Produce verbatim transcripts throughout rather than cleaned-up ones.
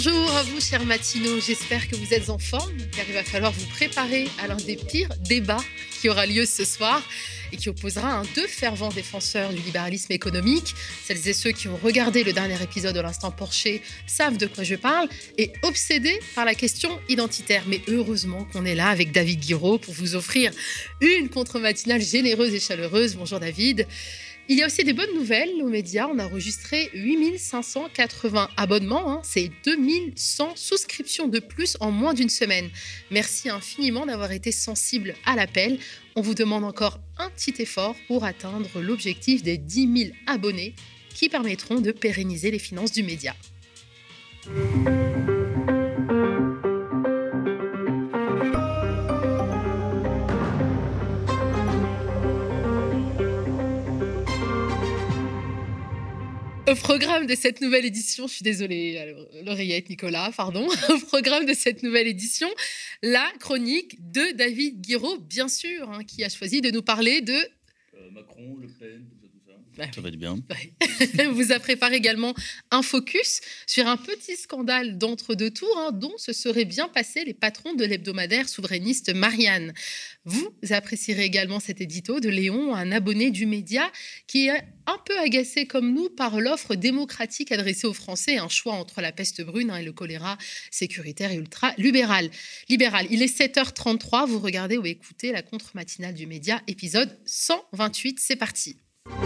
Bonjour à vous, chers matinaux. J'espère que vous êtes en forme, car il va falloir vous préparer à l'un des pires débats qui aura lieu ce soir et qui opposera un deux fervents défenseurs du libéralisme économique. Celles et ceux qui ont regardé le dernier épisode de l'Instant Porcher savent de quoi je parle et obsédés par la question identitaire. Mais heureusement qu'on est là avec David Guiraud pour vous offrir une contre-matinale généreuse et chaleureuse. Bonjour David. Il y a aussi des bonnes nouvelles aux médias. On a enregistré huit mille cinq cent quatre-vingts abonnements. Hein. C'est deux mille cent souscriptions de plus en moins d'une semaine. Merci infiniment d'avoir été sensible à l'appel. On vous demande encore un petit effort pour atteindre l'objectif des dix mille abonnés qui permettront de pérenniser les finances du média. Au programme de cette nouvelle édition, je suis désolée, l'oreillette Nicolas, pardon. Au programme de cette nouvelle édition, la chronique de David Guiraud, bien sûr, hein, qui a choisi de nous parler de... Euh, Macron, Le Pen, tout ça, tout ça. Bah, ça va être bien. Ouais. Vous a préparé également un focus sur un petit scandale d'entre-deux tours, hein, dont se seraient bien passés les patrons de l'hebdomadaire souverainiste Marianne. Vous apprécierez également cet édito de Léon, un abonné du média qui est un peu agacé comme nous par l'offre démocratique adressée aux Français, un choix entre la peste brune hein, et le choléra sécuritaire et ultra-libéral. Libéral. Il est sept heures trente-trois, vous regardez ou écoutez la contre-matinale du média, épisode cent vingt-huit, c'est parti.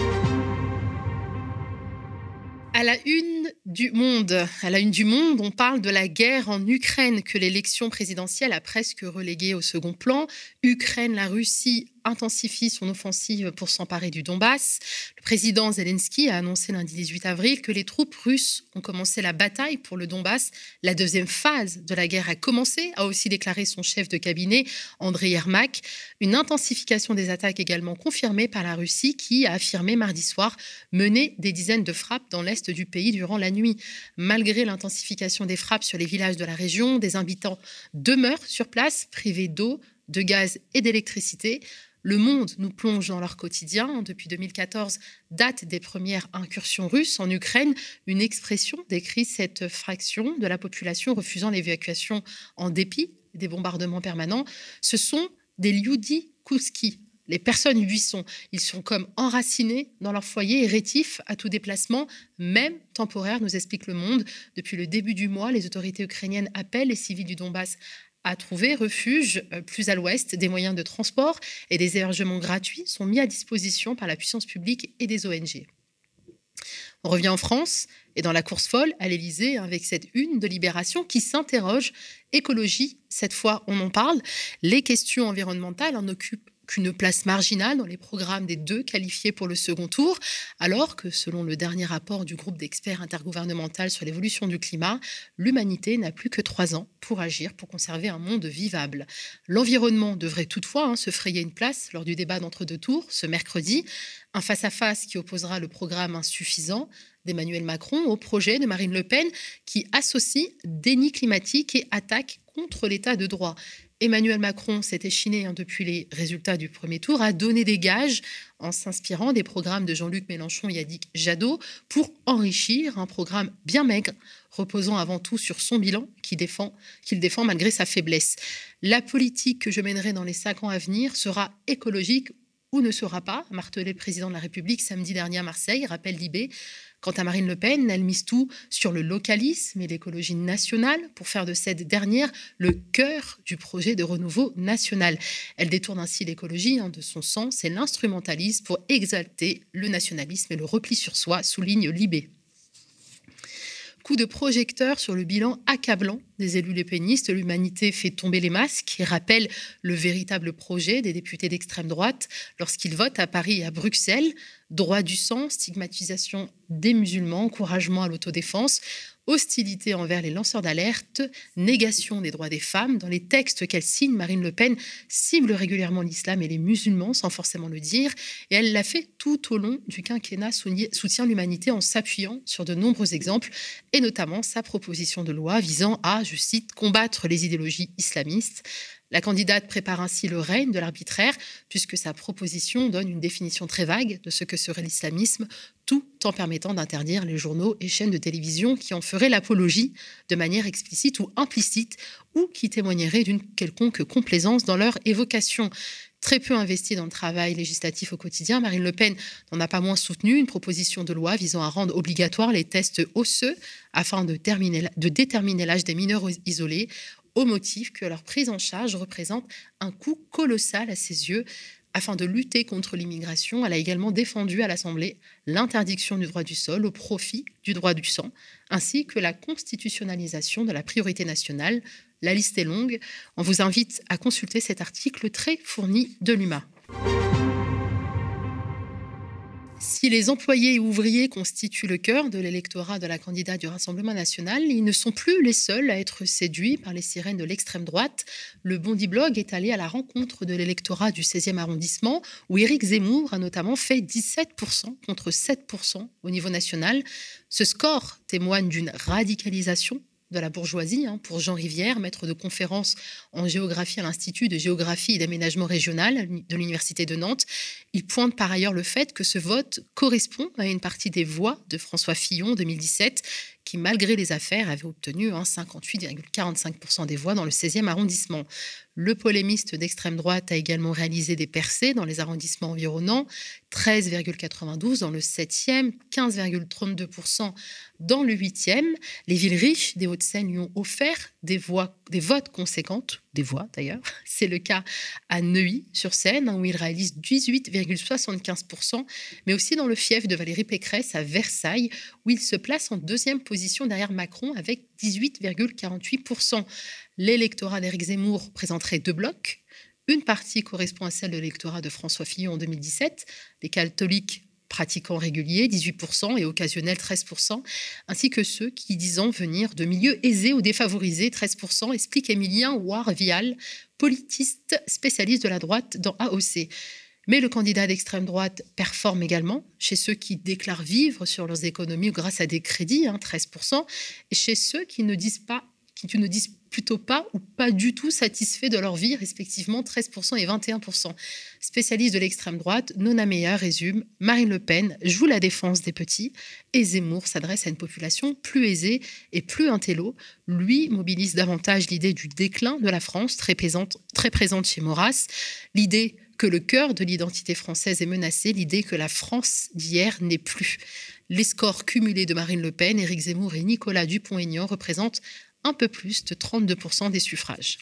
À la une du Monde, à la une du Monde, on parle de la guerre en Ukraine que l'élection présidentielle a presque reléguée au second plan. Ukraine, la Russie intensifie son offensive pour s'emparer du Donbass. Le président Zelensky a annoncé lundi dix-huit avril que les troupes russes ont commencé la bataille pour le Donbass. La deuxième phase de la guerre a commencé, a aussi déclaré son chef de cabinet, Andriy Yermak. Une intensification des attaques également confirmée par la Russie qui a affirmé mardi soir mener des dizaines de frappes dans l'est du pays durant la nuit. Malgré l'intensification des frappes sur les villages de la région, des habitants demeurent sur place, privés d'eau, de gaz et d'électricité. Le Monde nous plonge dans leur quotidien. Depuis deux mille quatorze, date des premières incursions russes en Ukraine. Une expression décrit cette fraction de la population refusant l'évacuation en dépit des bombardements permanents. Ce sont des Lyudi Kouski, les personnes buissons. Ils sont comme enracinés dans leur foyer et rétifs à tout déplacement, même temporaire, nous explique Le Monde. Depuis le début du mois, les autorités ukrainiennes appellent les civils du Donbass à trouver refuge plus à l'ouest. Des moyens de transport et des hébergements gratuits sont mis à disposition par la puissance publique et des O N G. On revient en France et dans la course folle à l'Élysée avec cette une de Libération qui s'interroge. Écologie, cette fois on en parle. Les questions environnementales en occupent qu'une place marginale dans les programmes des deux qualifiés pour le second tour, alors que, selon le dernier rapport du groupe d'experts intergouvernemental sur l'évolution du climat, l'humanité n'a plus que trois ans pour agir, pour conserver un monde vivable. L'environnement devrait toutefois hein, se frayer une place lors du débat d'entre-deux tours, ce mercredi, un face-à-face qui opposera le programme insuffisant d'Emmanuel Macron au projet de Marine Le Pen, qui associe déni climatique et attaque contre l'état de droit. Emmanuel Macron s'est échiné hein, depuis les résultats du premier tour, a donné des gages en s'inspirant des programmes de Jean-Luc Mélenchon et Yannick Jadot pour enrichir un programme bien maigre, reposant avant tout sur son bilan qu'il défend, qu'il défend malgré sa faiblesse. La politique que je mènerai dans les cinq ans à venir sera écologique ou ne sera pas, martelait le président de la République samedi dernier à Marseille, rappelle Libé. Quant à Marine Le Pen, elle mise tout sur le localisme et l'écologie nationale pour faire de cette dernière le cœur du projet de renouveau national. Elle détourne ainsi l'écologie hein, de son sens et l'instrumentalise pour exalter le nationalisme et le repli sur soi, souligne Libé. Coup de projecteur sur le bilan accablant des élus lépénistes. L'humanité fait tomber les masques et rappelle le véritable projet des députés d'extrême droite lorsqu'ils votent à Paris et à Bruxelles. Droit du sang, stigmatisation des musulmans, encouragement à l'autodéfense, hostilité envers les lanceurs d'alerte, négation des droits des femmes. Dans les textes qu'elle signe, Marine Le Pen cible régulièrement l'islam et les musulmans sans forcément le dire. Et elle l'a fait tout au long du quinquennat, soutient l'humanité en s'appuyant sur de nombreux exemples et notamment sa proposition de loi visant à, je cite, combattre les idéologies islamistes. La candidate prépare ainsi le règne de l'arbitraire, puisque sa proposition donne une définition très vague de ce que serait l'islamisme, tout en permettant d'interdire les journaux et chaînes de télévision qui en feraient l'apologie de manière explicite ou implicite, ou qui témoigneraient d'une quelconque complaisance dans leur évocation. Très peu investie dans le travail législatif au quotidien, Marine Le Pen n'en a pas moins soutenu une proposition de loi visant à rendre obligatoires les tests osseux afin de, terminer, de déterminer l'âge des mineurs isolés, au motif que leur prise en charge représente un coût colossal à ses yeux. Afin de lutter contre l'immigration, elle a également défendu à l'Assemblée l'interdiction du droit du sol au profit du droit du sang, ainsi que la constitutionnalisation de la priorité nationale. La liste est longue. On vous invite à consulter cet article très fourni de l'U M A. Si les employés et ouvriers constituent le cœur de l'électorat de la candidate du Rassemblement national, ils ne sont plus les seuls à être séduits par les sirènes de l'extrême droite. Le Bondi Blog est allé à la rencontre de l'électorat du seizième arrondissement, où Éric Zemmour a notamment fait dix-sept pour cent contre sept pour cent au niveau national. Ce score témoigne d'une radicalisation de la bourgeoisie, hein, pour Jean Rivière, maître de conférences en géographie à l'Institut de géographie et d'aménagement régional de l'Université de Nantes. Il pointe par ailleurs le fait que ce vote correspond à une partie des voix de François Fillon en deux mille dix-sept, qui, malgré les affaires, avait obtenu hein, cinquante-huit virgule quarante-cinq pour cent des voix dans le seizième arrondissement. Le polémiste d'extrême droite a également réalisé des percées dans les arrondissements environnants, treize virgule quatre-vingt-douze dans le septième, quinze virgule trente-deux pour cent dans le huitième. Les villes riches des Hauts-de-Seine lui ont offert des, voix, des votes conséquentes, des voix d'ailleurs. C'est le cas à Neuilly-sur-Seine, où il réalise dix-huit virgule soixante-quinze pour cent, mais aussi dans le fief de Valérie Pécresse à Versailles, où il se place en deuxième position derrière Macron avec dix-huit virgule quarante-huit pour cent. L'électorat d'Éric Zemmour présenterait deux blocs. Une partie correspond à celle de l'électorat de François Fillon en deux mille dix-sept, les catholiques pratiquants réguliers, dix-huit pour cent, et occasionnels, treize pour cent, ainsi que ceux qui disant venir de milieux aisés ou défavorisés, treize pour cent, explique Émilien Ouar-Vial, politiste spécialiste de la droite dans A O C. Mais le candidat d'extrême droite performe également chez ceux qui déclarent vivre sur leurs économies grâce à des crédits, hein, treize pour cent, et chez ceux qui ne disent pas, qui ne disent plutôt pas ou pas du tout satisfaits de leur vie, respectivement treize pour cent et vingt et un pour cent. Spécialiste de l'extrême droite, Nona Meyer résume « Marine Le Pen joue la défense des petits et Zemmour s'adresse à une population plus aisée et plus intello. Lui mobilise davantage l'idée du déclin de la France, très présente, très présente chez Maurras, l'idée que le cœur de l'identité française est menacé, l'idée que la France d'hier n'est plus. Les scores cumulés de Marine Le Pen, Éric Zemmour et Nicolas Dupont-Aignan représentent un peu plus de trente-deux pour cent des suffrages.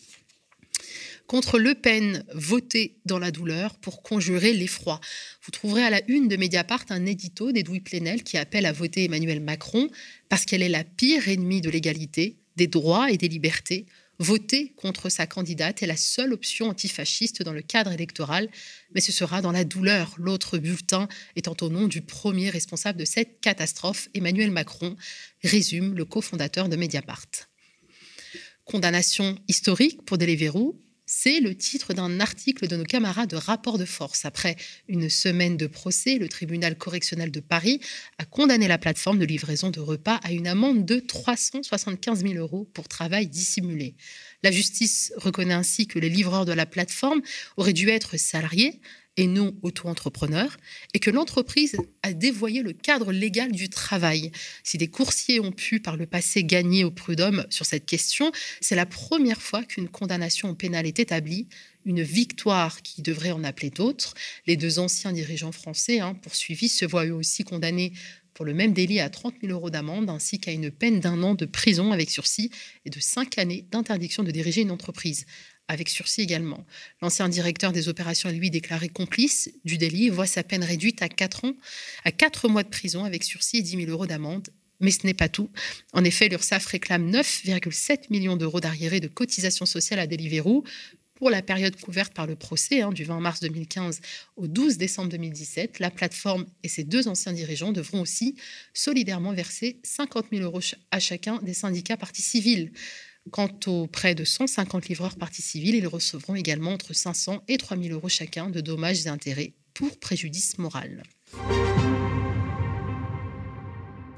Contre Le Pen, votez dans la douleur pour conjurer l'effroi. Vous trouverez à la une de Mediapart un édito d'Edoui Plenel qui appelle à voter Emmanuel Macron parce qu'elle est la pire ennemie de l'égalité, des droits et des libertés. Voter contre sa candidate est la seule option antifasciste dans le cadre électoral, mais ce sera dans la douleur, l'autre bulletin étant au nom du premier responsable de cette catastrophe, Emmanuel Macron, résume le cofondateur de Mediapart. Condamnation historique pour Deliveroo, c'est le titre d'un article de nos camarades de Rapport de force. Après une semaine de procès, le tribunal correctionnel de Paris a condamné la plateforme de livraison de repas à une amende de trois cent soixante-quinze mille euros pour travail dissimulé. La justice reconnaît ainsi que les livreurs de la plateforme auraient dû être salariés et non auto-entrepreneurs, et que l'entreprise a dévoyé le cadre légal du travail. Si des coursiers ont pu par le passé gagner au prud'homme sur cette question, c'est la première fois qu'une condamnation au pénal est établie, une victoire qui devrait en appeler d'autres. Les deux anciens dirigeants français hein, poursuivis se voient eux aussi condamnés pour le même délit à trente mille euros d'amende, ainsi qu'à une peine d'un an de prison avec sursis et de cinq années d'interdiction de diriger une entreprise, avec sursis également. L'ancien directeur des opérations est lui déclaré complice du délit et voit sa peine réduite à quatre ans, à quatre mois de prison avec sursis et dix mille euros d'amende. Mais ce n'est pas tout. En effet, l'URSSAF réclame neuf virgule sept millions d'euros d'arriérés de cotisations sociales à Deliveroo pour la période couverte par le procès, hein, du vingt mars deux mille quinze au douze décembre deux mille dix-sept. La plateforme et ses deux anciens dirigeants devront aussi solidairement verser cinquante mille euros à chacun des syndicats partie civile. Quant aux près de cent cinquante livreurs partie civile, ils recevront également entre cinq cents et trois mille euros chacun de dommages et intérêts pour préjudice moral.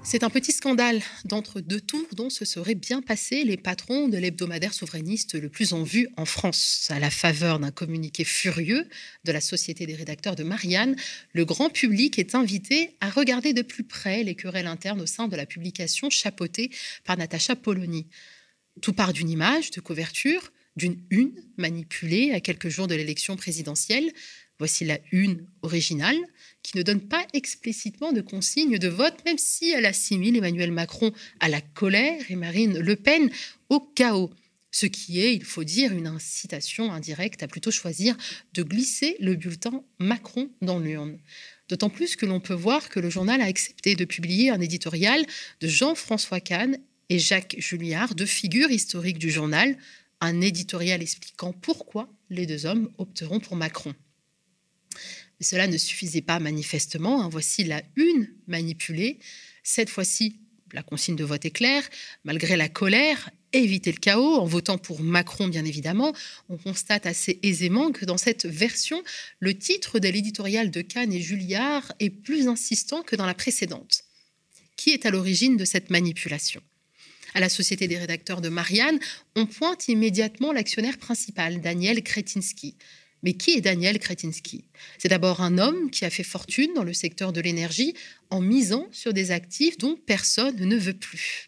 C'est un petit scandale d'entre deux tours dont se seraient bien passés les patrons de l'hebdomadaire souverainiste le plus en vue en France. À la faveur d'un communiqué furieux de la Société des rédacteurs de Marianne, le grand public est invité à regarder de plus près les querelles internes au sein de la publication chapeautée par Natacha Polony. Tout part d'une image de couverture, d'une une manipulée à quelques jours de l'élection présidentielle. Voici la une originale, qui ne donne pas explicitement de consigne de vote, même si elle assimile Emmanuel Macron à la colère et Marine Le Pen au chaos. Ce qui est, il faut dire, une incitation indirecte à plutôt choisir de glisser le bulletin Macron dans l'urne. D'autant plus que l'on peut voir que le journal a accepté de publier un éditorial de Jean-François Kahn et Jacques Julliard, deux figures historiques du journal, un éditorial expliquant pourquoi les deux hommes opteront pour Macron. Mais cela ne suffisait pas manifestement. Hein. Voici la une manipulée. Cette fois-ci, la consigne de vote est claire. Malgré la colère, éviter le chaos, en votant pour Macron bien évidemment, on constate assez aisément que dans cette version, le titre de l'éditorial de Kahn et Julliard est plus insistant que dans la précédente. Qui est à l'origine de cette manipulation ? À la Société des rédacteurs de Marianne, on pointe immédiatement l'actionnaire principal, Daniel Kretinsky. Mais qui est Daniel Kretinsky ? C'est d'abord un homme qui a fait fortune dans le secteur de l'énergie en misant sur des actifs dont personne ne veut plus.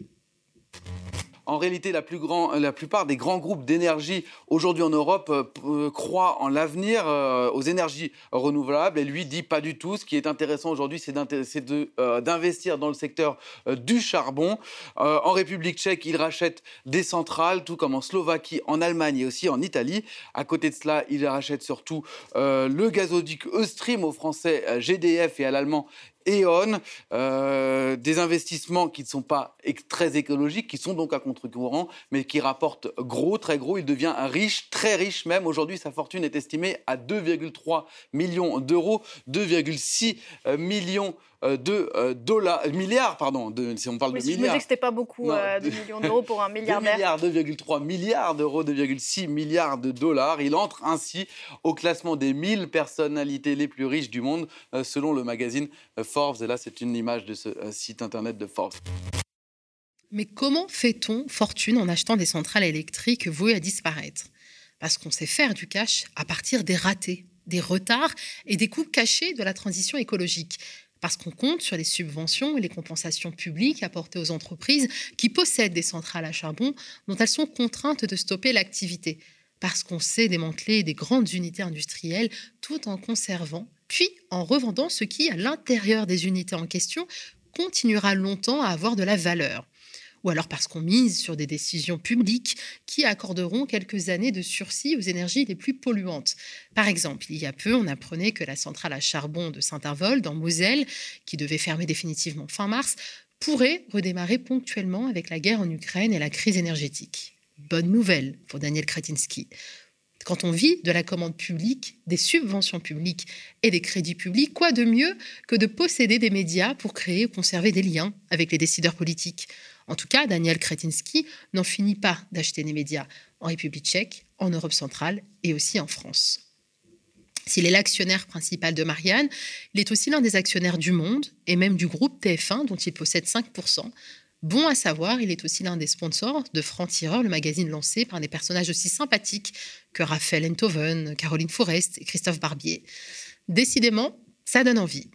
En réalité, la, plus grand, la plupart des grands groupes d'énergie aujourd'hui en Europe euh, croient en l'avenir, euh, aux énergies renouvelables. Et lui dit pas du tout. Ce qui est intéressant aujourd'hui, c'est, c'est de, euh, d'investir dans le secteur euh, du charbon. Euh, en République tchèque, il rachète des centrales, tout comme en Slovaquie, en Allemagne et aussi en Italie. À côté de cela, il rachète surtout euh, le gazoduc Eustream aux Français euh, G D F et à l'Allemand E.ON, euh, des investissements qui ne sont pas très écologiques, qui sont donc à contre-courant, mais qui rapportent gros, très gros. Il devient riche, très riche même. Aujourd'hui, sa fortune est estimée à deux virgule trois millions d'euros, deux virgule six millions de euh, dollars, milliards, pardon, de, si on parle oui, de si milliards. Je me dis que ce n'était pas beaucoup, non, euh, de millions d'euros pour un milliardaire. deux milliards, deux virgule trois milliards d'euros, deux virgule six milliards de dollars. Il entre ainsi au classement des mille personnalités les plus riches du monde, euh, selon le magazine Forbes. Et là, c'est une image de ce euh, site internet de Forbes. Mais comment fait-on fortune en achetant des centrales électriques vouées à disparaître ? Parce qu'on sait faire du cash à partir des ratés, des retards et des coûts cachés de la transition écologique. Parce qu'on compte sur les subventions et les compensations publiques apportées aux entreprises qui possèdent des centrales à charbon dont elles sont contraintes de stopper l'activité. Parce qu'on sait démanteler des grandes unités industrielles tout en conservant, puis en revendant ce qui, à l'intérieur des unités en question, continuera longtemps à avoir de la valeur. Ou alors parce qu'on mise sur des décisions publiques qui accorderont quelques années de sursis aux énergies les plus polluantes. Par exemple, il y a peu, on apprenait que la centrale à charbon de Saint-Avold, en Moselle, qui devait fermer définitivement fin mars, pourrait redémarrer ponctuellement avec la guerre en Ukraine et la crise énergétique. Bonne nouvelle pour Daniel Kretinsky. Quand on vit de la commande publique, des subventions publiques et des crédits publics, quoi de mieux que de posséder des médias pour créer ou conserver des liens avec les décideurs politiques ? En tout cas, Daniel Kretinsky n'en finit pas d'acheter des médias en République tchèque, en Europe centrale et aussi en France. S'il est l'actionnaire principal de Marianne, il est aussi l'un des actionnaires du Monde et même du groupe T F un dont il possède cinq pour cent. Bon à savoir, il est aussi l'un des sponsors de Franc-Tireur, le magazine lancé par des personnages aussi sympathiques que Raphaël Enthoven, Caroline Forest et Christophe Barbier. Décidément, ça donne envie.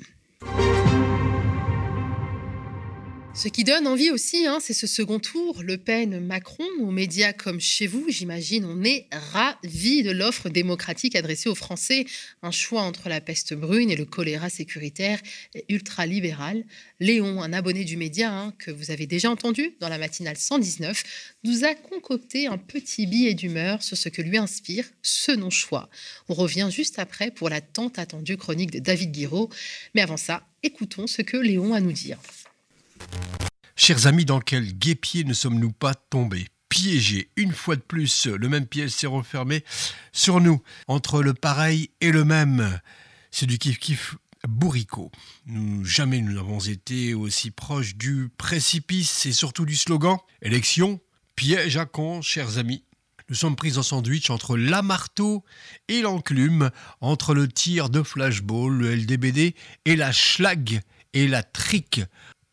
Ce qui donne envie aussi, hein, c'est ce second tour, Le Pen-Macron. Aux médias comme chez vous, j'imagine, on est ravis de l'offre démocratique adressée aux Français. Un choix entre la peste brune et le choléra sécuritaire et ultra-libéral. Léon, un abonné du média, hein, que vous avez déjà entendu dans la matinale cent dix-neuf, nous a concocté un petit billet d'humeur sur ce que lui inspire ce non-choix. On revient juste après pour la tant attendue chronique de David Guiraud. Mais avant ça, écoutons ce que Léon a à nous dire. Chers amis, dans quel guêpier ne sommes-nous pas tombés ? Piégés, une fois de plus, le même piège s'est refermé sur nous, entre le pareil et le même. C'est du kiff-kiff bourricot. Nous, jamais nous n'avons été aussi proches du précipice et surtout du slogan « Élection, piège à con, chers amis ». Nous sommes pris en sandwich entre la marteau et l'enclume, entre le tir de flashball, le L D B D et la schlag et la trique.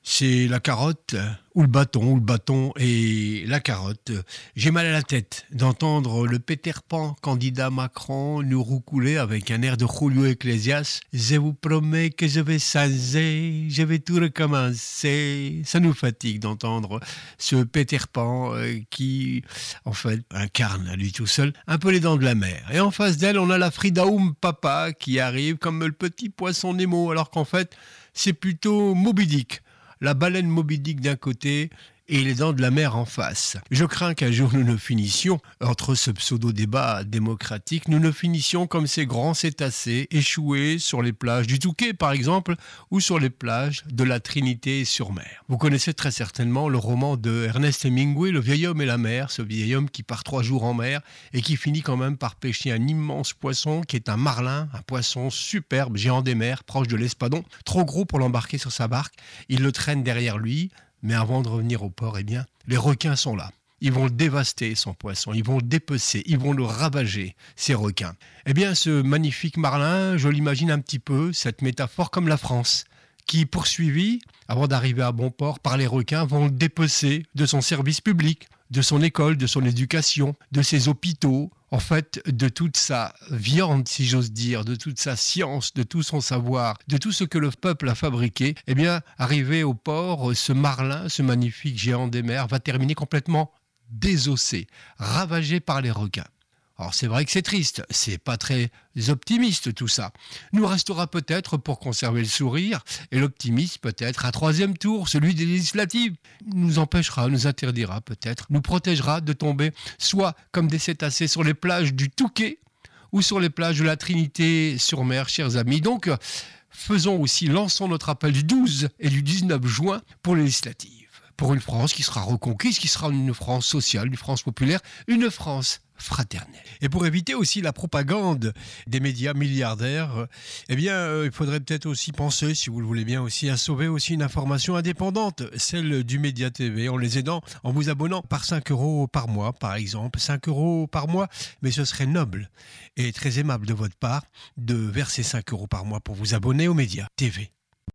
C'est la carotte ou le bâton, ou le bâton et la carotte. J'ai mal à la tête d'entendre le Peter Pan candidat Macron nous roucouler avec un air de Julio Iglesias. Je vous promets que je vais changer, je vais tout recommencer. Ça nous fatigue d'entendre ce Peter Pan euh, qui, en fait, incarne à lui tout seul un peu les dents de la mer. Et en face d'elle, on a la Fridaum Papa qui arrive comme le petit poisson Nemo, alors qu'en fait, c'est plutôt Moby Dick. La baleine Moby Dick d'un côté et les dents de la mer en face. Je crains qu'un jour nous ne finissions, entre ce pseudo-débat démocratique, nous ne finissions comme ces grands cétacés échoués sur les plages du Touquet par exemple, ou sur les plages de la Trinité-sur-Mer. Vous connaissez très certainement le roman de Ernest Hemingway, Le vieil homme et la mer, ce vieil homme qui part trois jours en mer et qui finit quand même par pêcher un immense poisson qui est un marlin, un poisson superbe, géant des mers, proche de l'Espadon, trop gros pour l'embarquer sur sa barque. Il le traîne derrière lui. Mais avant de revenir au port, eh bien, les requins sont là. Ils vont le dévaster, son poisson. Ils vont le dépecer. Ils vont le ravager, ces requins. Eh bien, ce magnifique marlin, je l'imagine un petit peu, cette métaphore comme la France, qui, poursuivie, avant d'arriver à bon port par les requins, vont le dépecer de son service public, de son école, de son éducation, de ses hôpitaux, en fait, de toute sa viande, si j'ose dire, de toute sa science, de tout son savoir, de tout ce que le peuple a fabriqué, eh bien, arrivé au port, ce marlin, ce magnifique géant des mers, va terminer complètement désossé, ravagé par les requins. Alors c'est vrai que c'est triste, c'est pas très optimiste tout ça. Nous restera peut-être, pour conserver le sourire, et l'optimisme peut-être, un troisième tour, celui des législatives. Nous empêchera, nous interdira peut-être, nous protégera de tomber soit comme des cétacés sur les plages du Touquet, ou sur les plages de la Trinité-sur-Mer, chers amis. Donc, faisons aussi, lançons notre appel du douze et du dix-neuf juin pour les législatives. Pour une France qui sera reconquise, qui sera une France sociale, une France populaire, une France fraternelle. Et pour éviter aussi la propagande des médias milliardaires, eh bien, euh, il faudrait peut-être aussi penser, si vous le voulez bien aussi, à sauver aussi une information indépendante, celle du Média T V, en les aidant, en vous abonnant par cinq euros par mois, par exemple, cinq euros par mois, mais ce serait noble et très aimable de votre part de verser cinq euros par mois pour vous abonner au Média T V.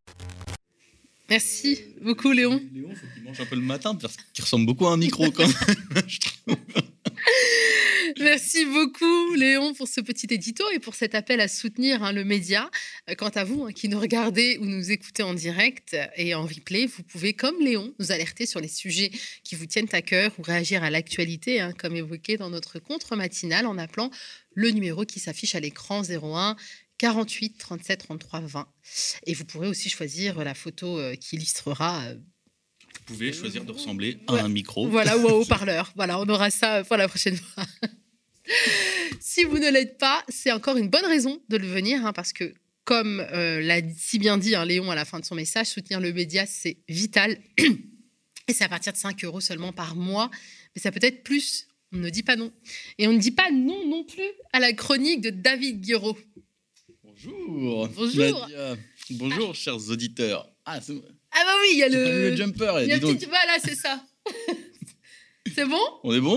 Merci beaucoup, Léon. Léon, il faut qu'il mange un peu le matin, parce qu'il ressemble beaucoup à un micro quand même, je trouve. Merci beaucoup, Léon, pour ce petit édito et pour cet appel à soutenir hein, le média. Quant à vous, hein, qui nous regardez ou nous écoutez en direct et en replay, vous pouvez, comme Léon, nous alerter sur les sujets qui vous tiennent à cœur ou réagir à l'actualité, hein, comme évoqué dans notre contre-matinale, en appelant le numéro qui s'affiche à l'écran zéro un quarante-huit trente-sept trente-trois vingt. Et vous pourrez aussi choisir la photo euh, qui illustrera... Euh, Vous pouvez choisir de ressembler à ouais. un micro. Voilà, ou à haut-parleur. Voilà, on aura ça pour la prochaine fois. Si vous ne l'êtes pas, c'est encore une bonne raison de le devenir, hein, parce que, comme euh, l'a si bien dit hein, Léon à la fin de son message, soutenir le média, c'est vital. Et c'est à partir de cinq euros seulement par mois. Mais ça peut être plus. On ne dit pas non. Et on ne dit pas non non plus à la chronique de David Guiraud. Bonjour. Bonjour. Nadia. Bonjour, ah. chers auditeurs. Ah, c'est... ah bah oui, il y a le... le jumper. Il y a dis donc. petit... Voilà, c'est ça. C'est bon ? On est bon ?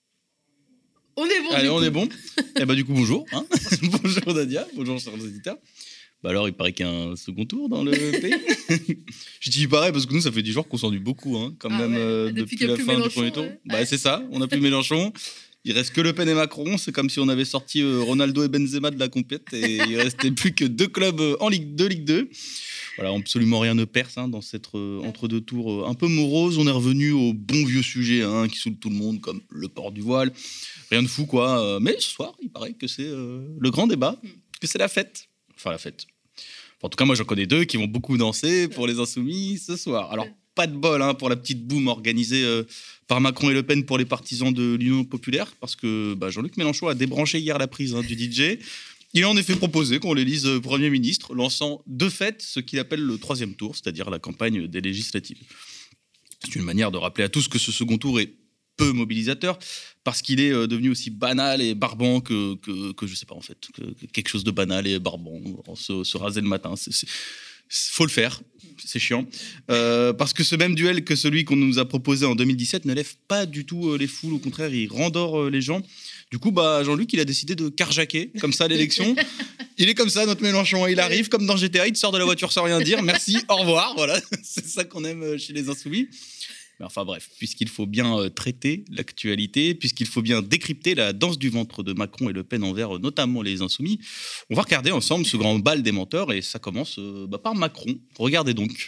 On est bon. Allez, on coup. est bon. Eh bah du coup, bonjour. Hein bonjour Nadia. Bonjour, chers auditeurs. Bah alors, il paraît qu'il y a un second tour dans le pays. Je dis pareil parce que nous, ça fait dix jours qu'on s'ennuie beaucoup, hein, quand ah même, ouais. euh, depuis, depuis la fin du premier tour. Ouais. Bah ouais. C'est ça, on n'a plus Mélenchon. Il reste que Le Pen et Macron. C'est comme si on avait sorti euh, Ronaldo et Benzema de la compète et il restait plus que deux clubs en Ligue deux, Ligue deux. Voilà, absolument rien ne perce hein, dans cette euh, entre-deux tours euh, un peu morose. On est revenu au bon vieux sujet hein, qui saoule tout le monde, comme le port du voile. Rien de fou, quoi. Mais ce soir, il paraît que c'est euh, le grand débat, que c'est la fête. Enfin, la fête. Enfin, en tout cas, moi, j'en connais deux qui vont beaucoup danser pour les Insoumis ce soir. Alors, pas de bol hein, pour la petite boum organisée euh, par Macron et Le Pen pour les partisans de l'Union populaire, parce que bah, Jean-Luc Mélenchon a débranché hier la prise hein, du D J. Il a en effet proposé qu'on l'élise Premier ministre, lançant de fait ce qu'il appelle le troisième tour, c'est-à-dire la campagne des législatives. C'est une manière de rappeler à tous que ce second tour est peu mobilisateur, parce qu'il est devenu aussi banal et barbant que, que, que je sais pas en fait, que, que quelque chose de banal et barbant, se, se raser le matin. C'est, c'est, Faut le faire. C'est chiant. Euh, parce que ce même duel que celui qu'on nous a proposé en deux mille dix-sept ne lève pas du tout euh, les foules. Au contraire, il rendort euh, les gens. Du coup, bah, Jean-Luc, il a décidé de carjacker comme ça l'élection. Il est comme ça, notre Mélenchon. Il arrive comme dans G T A, il te sort de la voiture sans rien dire. Merci, au revoir. Voilà, c'est ça qu'on aime chez les Insoumis. Mais enfin bref, puisqu'il faut bien euh, traiter l'actualité, puisqu'il faut bien décrypter la danse du ventre de Macron et Le Pen envers euh, notamment les Insoumis, on va regarder ensemble ce grand bal des menteurs et ça commence euh, bah, par Macron. Regardez donc.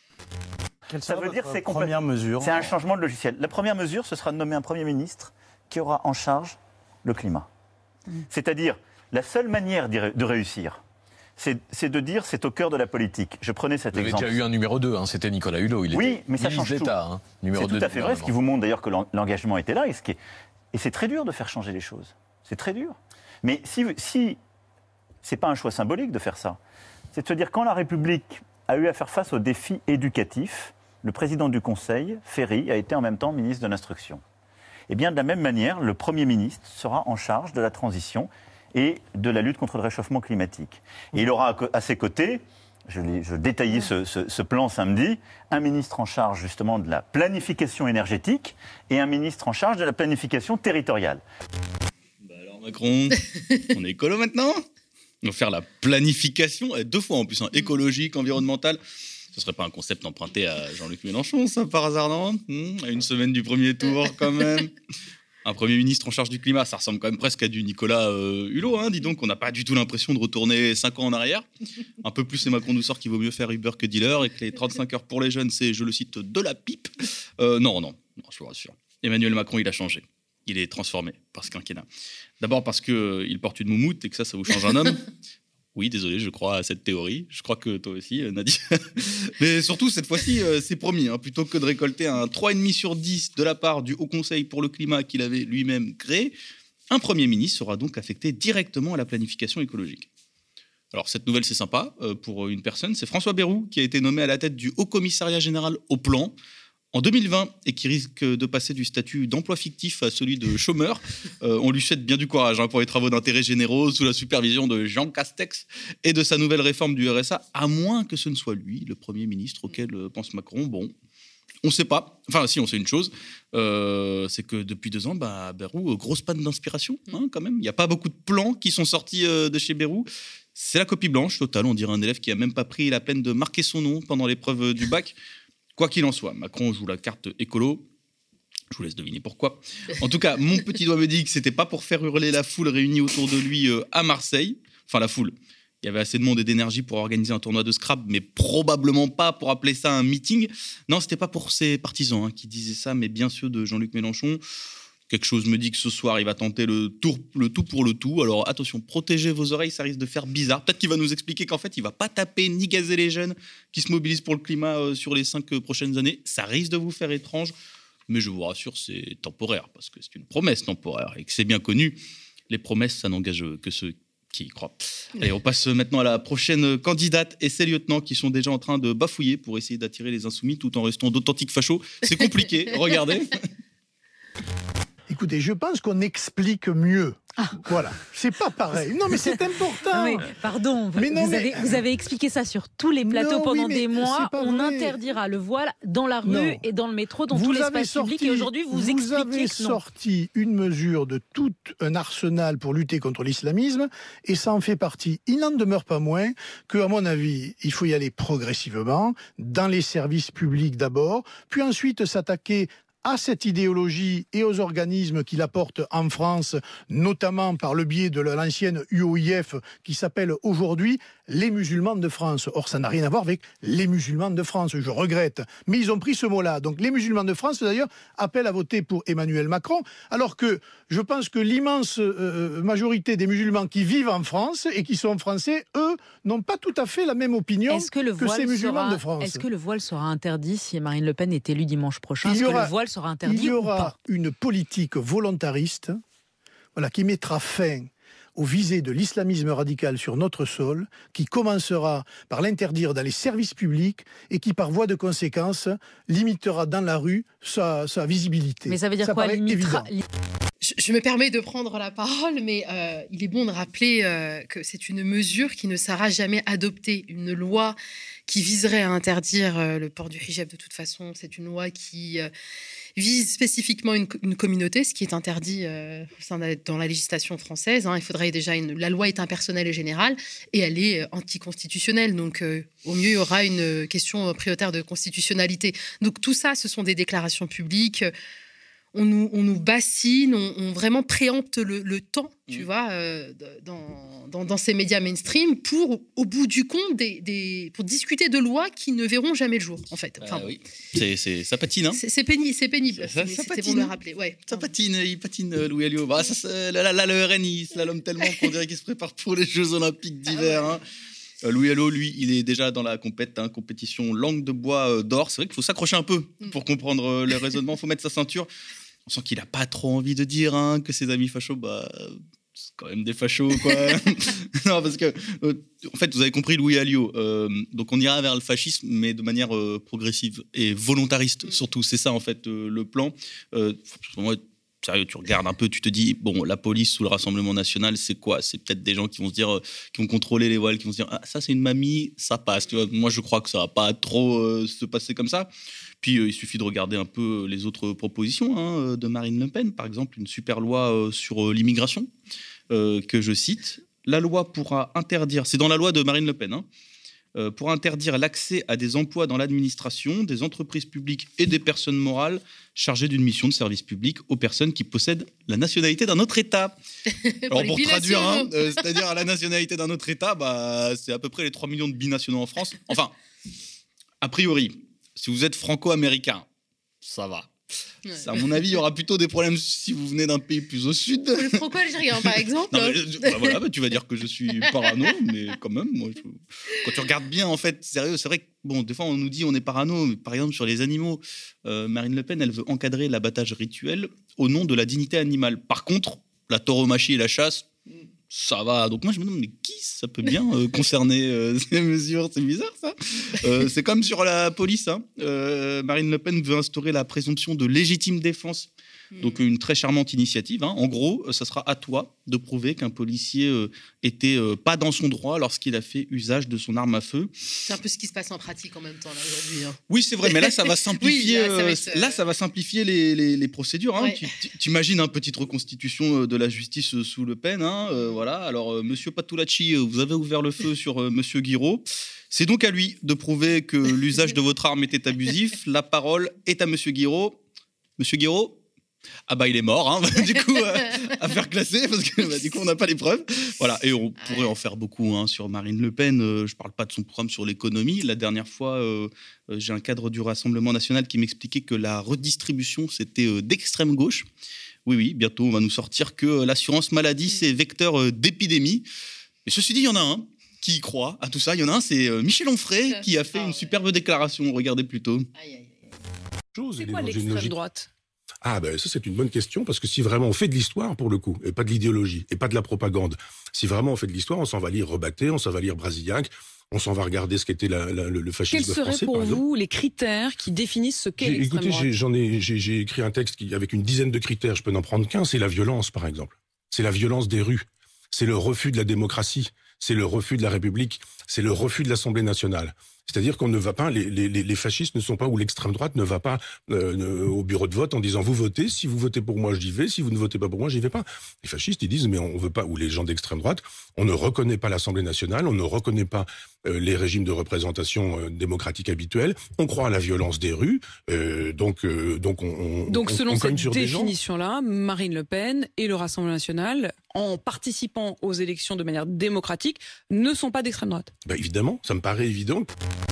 Quelle ça veut dire c'est première mesure. C'est un changement de logiciel. La première mesure, ce sera de nommer un Premier ministre qui aura en charge le climat. Mmh. C'est-à-dire, la seule manière de réussir, c'est, c'est de dire c'est au cœur de la politique. Je prenais cet exemple. Vous avez déjà eu un numéro deux, hein, c'était Nicolas Hulot. Il oui, était mais ça change tout. Hein, numéro c'est tout à fait vrai, ce qui vous montre d'ailleurs que l'engagement était là. Et, ce qui est... et c'est très dur de faire changer les choses. C'est très dur. Mais si, si ce n'est pas un choix symbolique de faire ça, c'est de se dire quand la République a eu à faire face aux défis éducatifs, le président du Conseil, Ferry, a été en même temps ministre de l'Instruction. Et bien de la même manière, le Premier ministre sera en charge de la transition et de la lutte contre le réchauffement climatique. Et il aura à ses côtés, je, l'ai, je détaillais ce, ce, ce plan samedi, un ministre en charge justement de la planification énergétique et un ministre en charge de la planification territoriale. Bah alors Macron, on est écolo maintenant ? On va faire la planification, deux fois en plus, hein, écologique, environnementale. Ce serait pas un concept emprunté à Jean-Luc Mélenchon, ça, par hasard, non ? mmh, À une semaine du premier tour, quand même. Un Premier ministre en charge du climat, ça ressemble quand même presque à du Nicolas euh, Hulot. Hein, dis donc, on n'a pas du tout l'impression de retourner cinq ans en arrière. Un peu plus, c'est Macron nous sort qu'il vaut mieux faire Uber que dealer et que les trente-cinq heures pour les jeunes, c'est, je le cite, de la pipe. Euh, non, non, non, je vous rassure. Emmanuel Macron, il a changé. Il est transformé par ce quinquennat. D'abord parce qu'il euh, porte une moumoute et que ça, ça vous change un homme. Oui, désolé, je crois à cette théorie. Je crois que toi aussi, Nadia. Mais surtout, cette fois-ci, euh, c'est promis. Hein, plutôt que de récolter un trois virgule cinq sur dix de la part du Haut Conseil pour le climat qu'il avait lui-même créé, un Premier ministre sera donc affecté directement à la planification écologique. Alors, cette nouvelle, c'est sympa euh, pour une personne. C'est François Bayrou qui a été nommé à la tête du Haut Commissariat Général au Plan en deux mille vingt et qui risque de passer du statut d'emploi fictif à celui de chômeur. Euh, on lui souhaite bien du courage hein, pour les travaux d'intérêt généraux sous la supervision de Jean Castex et de sa nouvelle réforme du R S A, à moins que ce ne soit lui, le Premier ministre auquel euh, pense Macron. Bon, on ne sait pas. Enfin, si, on sait une chose, euh, c'est que depuis deux ans, bah, Bayrou, grosse panne d'inspiration hein, quand même. Il n'y a pas beaucoup de plans qui sont sortis euh, de chez Bayrou. C'est la copie blanche totale, on dirait un élève qui n'a même pas pris la peine de marquer son nom pendant l'épreuve du bac. Quoi qu'il en soit, Macron joue la carte écolo. Je vous laisse deviner pourquoi. En tout cas, mon petit doigt me dit que c'était pas pour faire hurler la foule réunie autour de lui euh, à Marseille. Enfin, la foule. Il y avait assez de monde et d'énergie pour organiser un tournoi de Scrabble, mais probablement pas pour appeler ça un meeting. Non, c'était pas pour ses partisans hein, qui disaient ça, mais bien ceux de Jean-Luc Mélenchon. Quelque chose me dit que ce soir, il va tenter le, tour, le tout pour le tout. Alors attention, protégez vos oreilles, ça risque de faire bizarre. Peut-être qu'il va nous expliquer qu'en fait, il ne va pas taper ni gazer les jeunes qui se mobilisent pour le climat euh, sur les cinq euh, prochaines années. Ça risque de vous faire étrange, mais je vous rassure, c'est temporaire, parce que c'est une promesse temporaire et que c'est bien connu. Les promesses, ça n'engage que ceux qui y croient. Allez, on passe maintenant à la prochaine candidate et ses lieutenants qui sont déjà en train de bafouiller pour essayer d'attirer les insoumis tout en restant d'authentiques fachos. C'est compliqué, regardez. Écoutez, je pense qu'on explique mieux. Ah. Voilà, c'est pas pareil. Non, mais c'est important. Oui, pardon, mais vous, non, mais... Avez, vous avez expliqué ça sur tous les plateaux non, pendant oui, des mois. On vrai. interdira le voile dans la rue non. et dans le métro, dans vous tout l'espace sorti, public. Et aujourd'hui, vous, vous expliquez Vous avez que non. sorti une mesure de tout un arsenal pour lutter contre l'islamisme, et ça en fait partie. Il n'en demeure pas moins que, à mon avis, il faut y aller progressivement, dans les services publics d'abord, puis ensuite s'attaquer à cette idéologie et aux organismes qui la portent en France, notamment par le biais de l'ancienne U O I F qui s'appelle aujourd'hui les musulmans de France. Or, ça n'a rien à voir avec les musulmans de France, je regrette. Mais ils ont pris ce mot-là. Donc les musulmans de France, d'ailleurs, appellent à voter pour Emmanuel Macron, alors que je pense que l'immense euh, majorité des musulmans qui vivent en France et qui sont français, eux, n'ont pas tout à fait la même opinion est-ce que, le que ces musulmans sera, de France. Est-ce que le voile sera interdit si Marine Le Pen est élue dimanche prochain ? Est-ce que le voile sera interdit Il y aura ou pas une politique volontariste voilà, qui mettra fin aux visées de l'islamisme radical sur notre sol, qui commencera par l'interdire dans les services publics et qui, par voie de conséquence, limitera dans la rue sa, sa visibilité. Mais ça veut dire ça quoi, paraît limitera, évident. Je, je me permets de prendre la parole, mais euh, il est bon de rappeler euh, que c'est une mesure qui ne sera jamais adoptée. Une loi qui viserait à interdire euh, le port du hijab, de toute façon, c'est une loi qui euh, vise spécifiquement une, une communauté, ce qui est interdit euh, dans la législation française. Hein. Il faudrait déjà une, la loi est impersonnelle et générale, et elle est euh, anticonstitutionnelle. Donc, euh, au mieux, il y aura une question prioritaire de constitutionnalité. Donc, tout ça, ce sont des déclarations publiques. On nous, on nous bassine, on, on vraiment préempte le, le temps, tu mmh. vois, euh, dans, dans, dans ces médias mainstream pour, au bout du compte, des, des, pour discuter de lois qui ne verront jamais le jour, en fait. Enfin, euh, oui. c'est, c'est, ça patine, hein. C'est, c'est pénible, c'est pénible. Ça, ça C'était patine. bon de le rappeler. Ouais. Ça patine, il patine, Louis Alliot. Bah, ça, ça, là, là, le R N, il slalome tellement qu'on dirait qu'il se prépare pour les Jeux Olympiques d'hiver. Ah, ouais. hein. Louis Alliot, lui, il est déjà dans la compète, hein, compétition langue de bois d'or. C'est vrai qu'il faut s'accrocher un peu pour comprendre le raisonnement. Il faut mettre sa ceinture. On sent qu'il n'a pas trop envie de dire hein, que ses amis fachos, bah, c'est quand même des fachos, quoi. Non, parce que, euh, en fait, vous avez compris, Louis Alliot. Euh, donc, on ira vers le fascisme, mais de manière euh, progressive et volontariste, surtout. C'est ça, en fait, euh, le plan. Euh, moi, sérieux, tu regardes un peu, tu te dis, bon, la police sous le Rassemblement national, c'est quoi ? C'est peut-être des gens qui vont se dire, euh, qui vont contrôler les voiles, qui vont se dire, ah, ça, c'est une mamie, ça passe. Tu vois, moi, je crois que ça va pas trop euh, se passer comme ça. Puis, euh, il suffit de regarder un peu les autres propositions hein, de Marine Le Pen, par exemple, une super loi euh, sur euh, l'immigration, euh, que je cite. La loi pourra interdire, c'est dans la loi de Marine Le Pen, hein, Euh, pour interdire l'accès à des emplois dans l'administration, des entreprises publiques et des personnes morales chargées d'une mission de service public aux personnes qui possèdent la nationalité d'un autre État. Alors pour traduire, hein, euh, c'est-à-dire la nationalité d'un autre État, bah, c'est à peu près les trois millions de binationaux en France. Enfin, a priori, si vous êtes franco-américain, ça va. Ouais. À mon avis, il y aura plutôt des problèmes si vous venez d'un pays plus au sud. Le franco-algérien, par exemple. Non, mais, bah voilà, bah, tu vas dire que je suis parano, mais quand même, moi, je... quand tu regardes bien, en fait, sérieux, c'est vrai que bon, des fois, on nous dit on est parano, mais par exemple, sur les animaux, euh, Marine Le Pen, elle veut encadrer l'abattage rituel au nom de la dignité animale. Par contre, la tauromachie et la chasse, ça va. Donc moi, je me demande, mais qui ça peut bien euh, concerner euh, ces mesures ? C'est bizarre, ça. Euh, c'est comme sur la police. Hein. Euh, Marine Le Pen veut instaurer la présomption de légitime défense. Donc une très charmante initiative. Hein. En gros, ça sera à toi de prouver qu'un policier euh, était euh, pas dans son droit lorsqu'il a fait usage de son arme à feu. C'est un peu ce qui se passe en pratique en même temps là, aujourd'hui. Hein. Oui, c'est vrai, mais là, ça va simplifier, oui, là, ça va, être, euh... là, ça va simplifier les, les, les procédures. Hein. Ouais. Tu, tu imagines une petite reconstitution de la justice sous Le Pen. Hein. Euh, voilà. Alors, euh, Monsieur Patulacci, vous avez ouvert le feu sur euh, Monsieur Guiraud. C'est donc à lui de prouver que l'usage de votre arme était abusif. La parole est à Monsieur Guiraud. Monsieur Guiraud ? Ah bah il est mort, hein. Du coup, euh, à faire classer, parce que bah, du coup on n'a pas les preuves. Voilà, et on pourrait en faire beaucoup hein, sur Marine Le Pen. Euh, je ne parle pas de son programme sur l'économie. La dernière fois, euh, euh, j'ai un cadre du Rassemblement national qui m'expliquait que la redistribution, c'était euh, d'extrême gauche. Oui, oui, bientôt on va nous sortir que euh, l'assurance maladie, c'est vecteur euh, d'épidémie. Mais ceci dit, il y en a un qui y croit à tout ça. Il y en a un, c'est euh, Michel Onfray, qui a fait ah, une ouais. superbe déclaration. Regardez plutôt. Aïe, aïe, aïe. C'est quoi l'extrême droite ? Ah ben ça c'est une bonne question, parce que si vraiment on fait de l'histoire pour le coup, et pas de l'idéologie, et pas de la propagande, si vraiment on fait de l'histoire, on s'en va lire Rebatté, on s'en va lire Brasillac, on s'en va regarder ce qu'était la, la, le fascisme français. Quels seraient pour vous les critères qui définissent ce qu'est l'extrême droite ? Écoutez, j'ai, j'en ai, j'ai, j'ai écrit un texte qui, avec une dizaine de critères, je peux n'en prendre qu'un, c'est la violence par exemple. C'est la violence des rues, c'est le refus de la démocratie, c'est le refus de la République, c'est le refus de l'Assemblée nationale. C'est-à-dire qu'on ne va pas, les, les, les fascistes ne sont pas, ou l'extrême droite ne va pas euh, au bureau de vote en disant vous votez, si vous votez pour moi j'y vais, si vous ne votez pas pour moi j'y vais pas. Les fascistes ils disent mais on veut pas, ou les gens d'extrême droite, on ne reconnaît pas l'Assemblée nationale, on ne reconnaît pas euh, les régimes de représentation euh, démocratique habituels, on croit à la violence des rues, euh, donc euh, donc on, on donc on, selon on cette sur définition-là, Marine Le Pen et le Rassemblement national, en participant aux élections de manière démocratique, ne sont pas d'extrême droite. Ben évidemment, ça me paraît évident.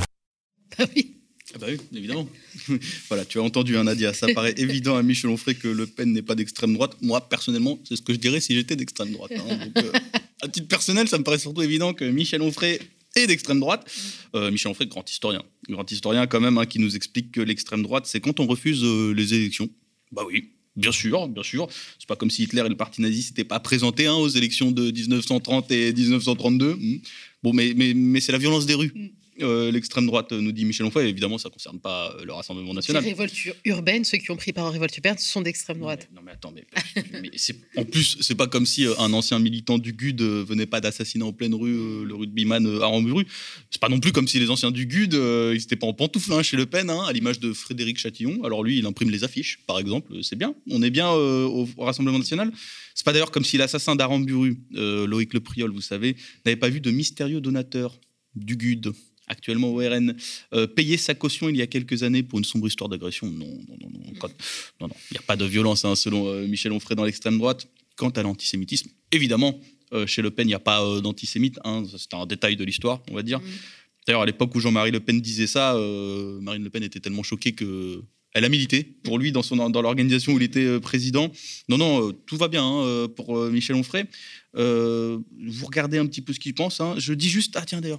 Ah oui. Ah bah oui, évidemment. Voilà, tu as entendu, hein, Nadia. Ça paraît évident à Michel Onfray que Le Pen n'est pas d'extrême droite. Moi, personnellement, c'est ce que je dirais si j'étais d'extrême droite. Hein. Donc, euh, à titre personnel, ça me paraît surtout évident que Michel Onfray est d'extrême droite. Euh, Michel Onfray, grand historien. Grand historien quand même, hein, qui nous explique que l'extrême droite, c'est quand on refuse euh, les élections. Bah oui. Bien sûr, bien sûr. C'est pas comme si Hitler et le parti nazi s'étaient pas présentés hein, aux élections de dix-neuf cent trente et dix-neuf cent trente-deux. Bon, mais, mais, mais c'est la violence des rues. euh, l'extrême droite, nous dit Michel Onfray. Évidemment, ça ne concerne pas le Rassemblement national. Les révoltes urbaines, ceux qui ont pris part aux révoltes urbaines, sont d'extrême droite. Non, mais, non, mais attends, mais, mais c'est, en plus, c'est pas comme si un ancien militant du G U D euh, venait pas d'assassiner en pleine rue euh, le rugbyman euh, à Ramburu. C'est pas non plus comme si les anciens du G U D, euh, ils n'étaient pas en pantoufles hein, chez Le Pen, hein, à l'image de Frédéric Chatillon. Alors lui, il imprime les affiches, par exemple. C'est bien. On est bien euh, au, au Rassemblement national. C'est pas d'ailleurs comme si l'assassin d'Aramburu, euh, Loïc Le Priol, vous savez, n'avait pas vu de mystérieux donateur du G U D, actuellement au R N, euh, payer sa caution il y a quelques années pour une sombre histoire d'agression. Non, non, non, non. Quand, non, non. Il n'y a pas de violence, hein, selon euh, Michel Onfray, dans l'extrême droite. Quant à l'antisémitisme, évidemment, euh, chez Le Pen, il n'y a pas euh, d'antisémite. Hein, c'est un détail de l'histoire, on va dire. Mmh. D'ailleurs, à l'époque où Jean-Marie Le Pen disait ça, euh, Marine Le Pen était tellement choquée que... Elle a milité pour lui dans, son, dans l'organisation où il était président. Non, non, tout va bien hein, pour Michel Onfray. Euh, vous regardez un petit peu ce qu'il pense. Hein. Je dis juste, ah tiens d'ailleurs,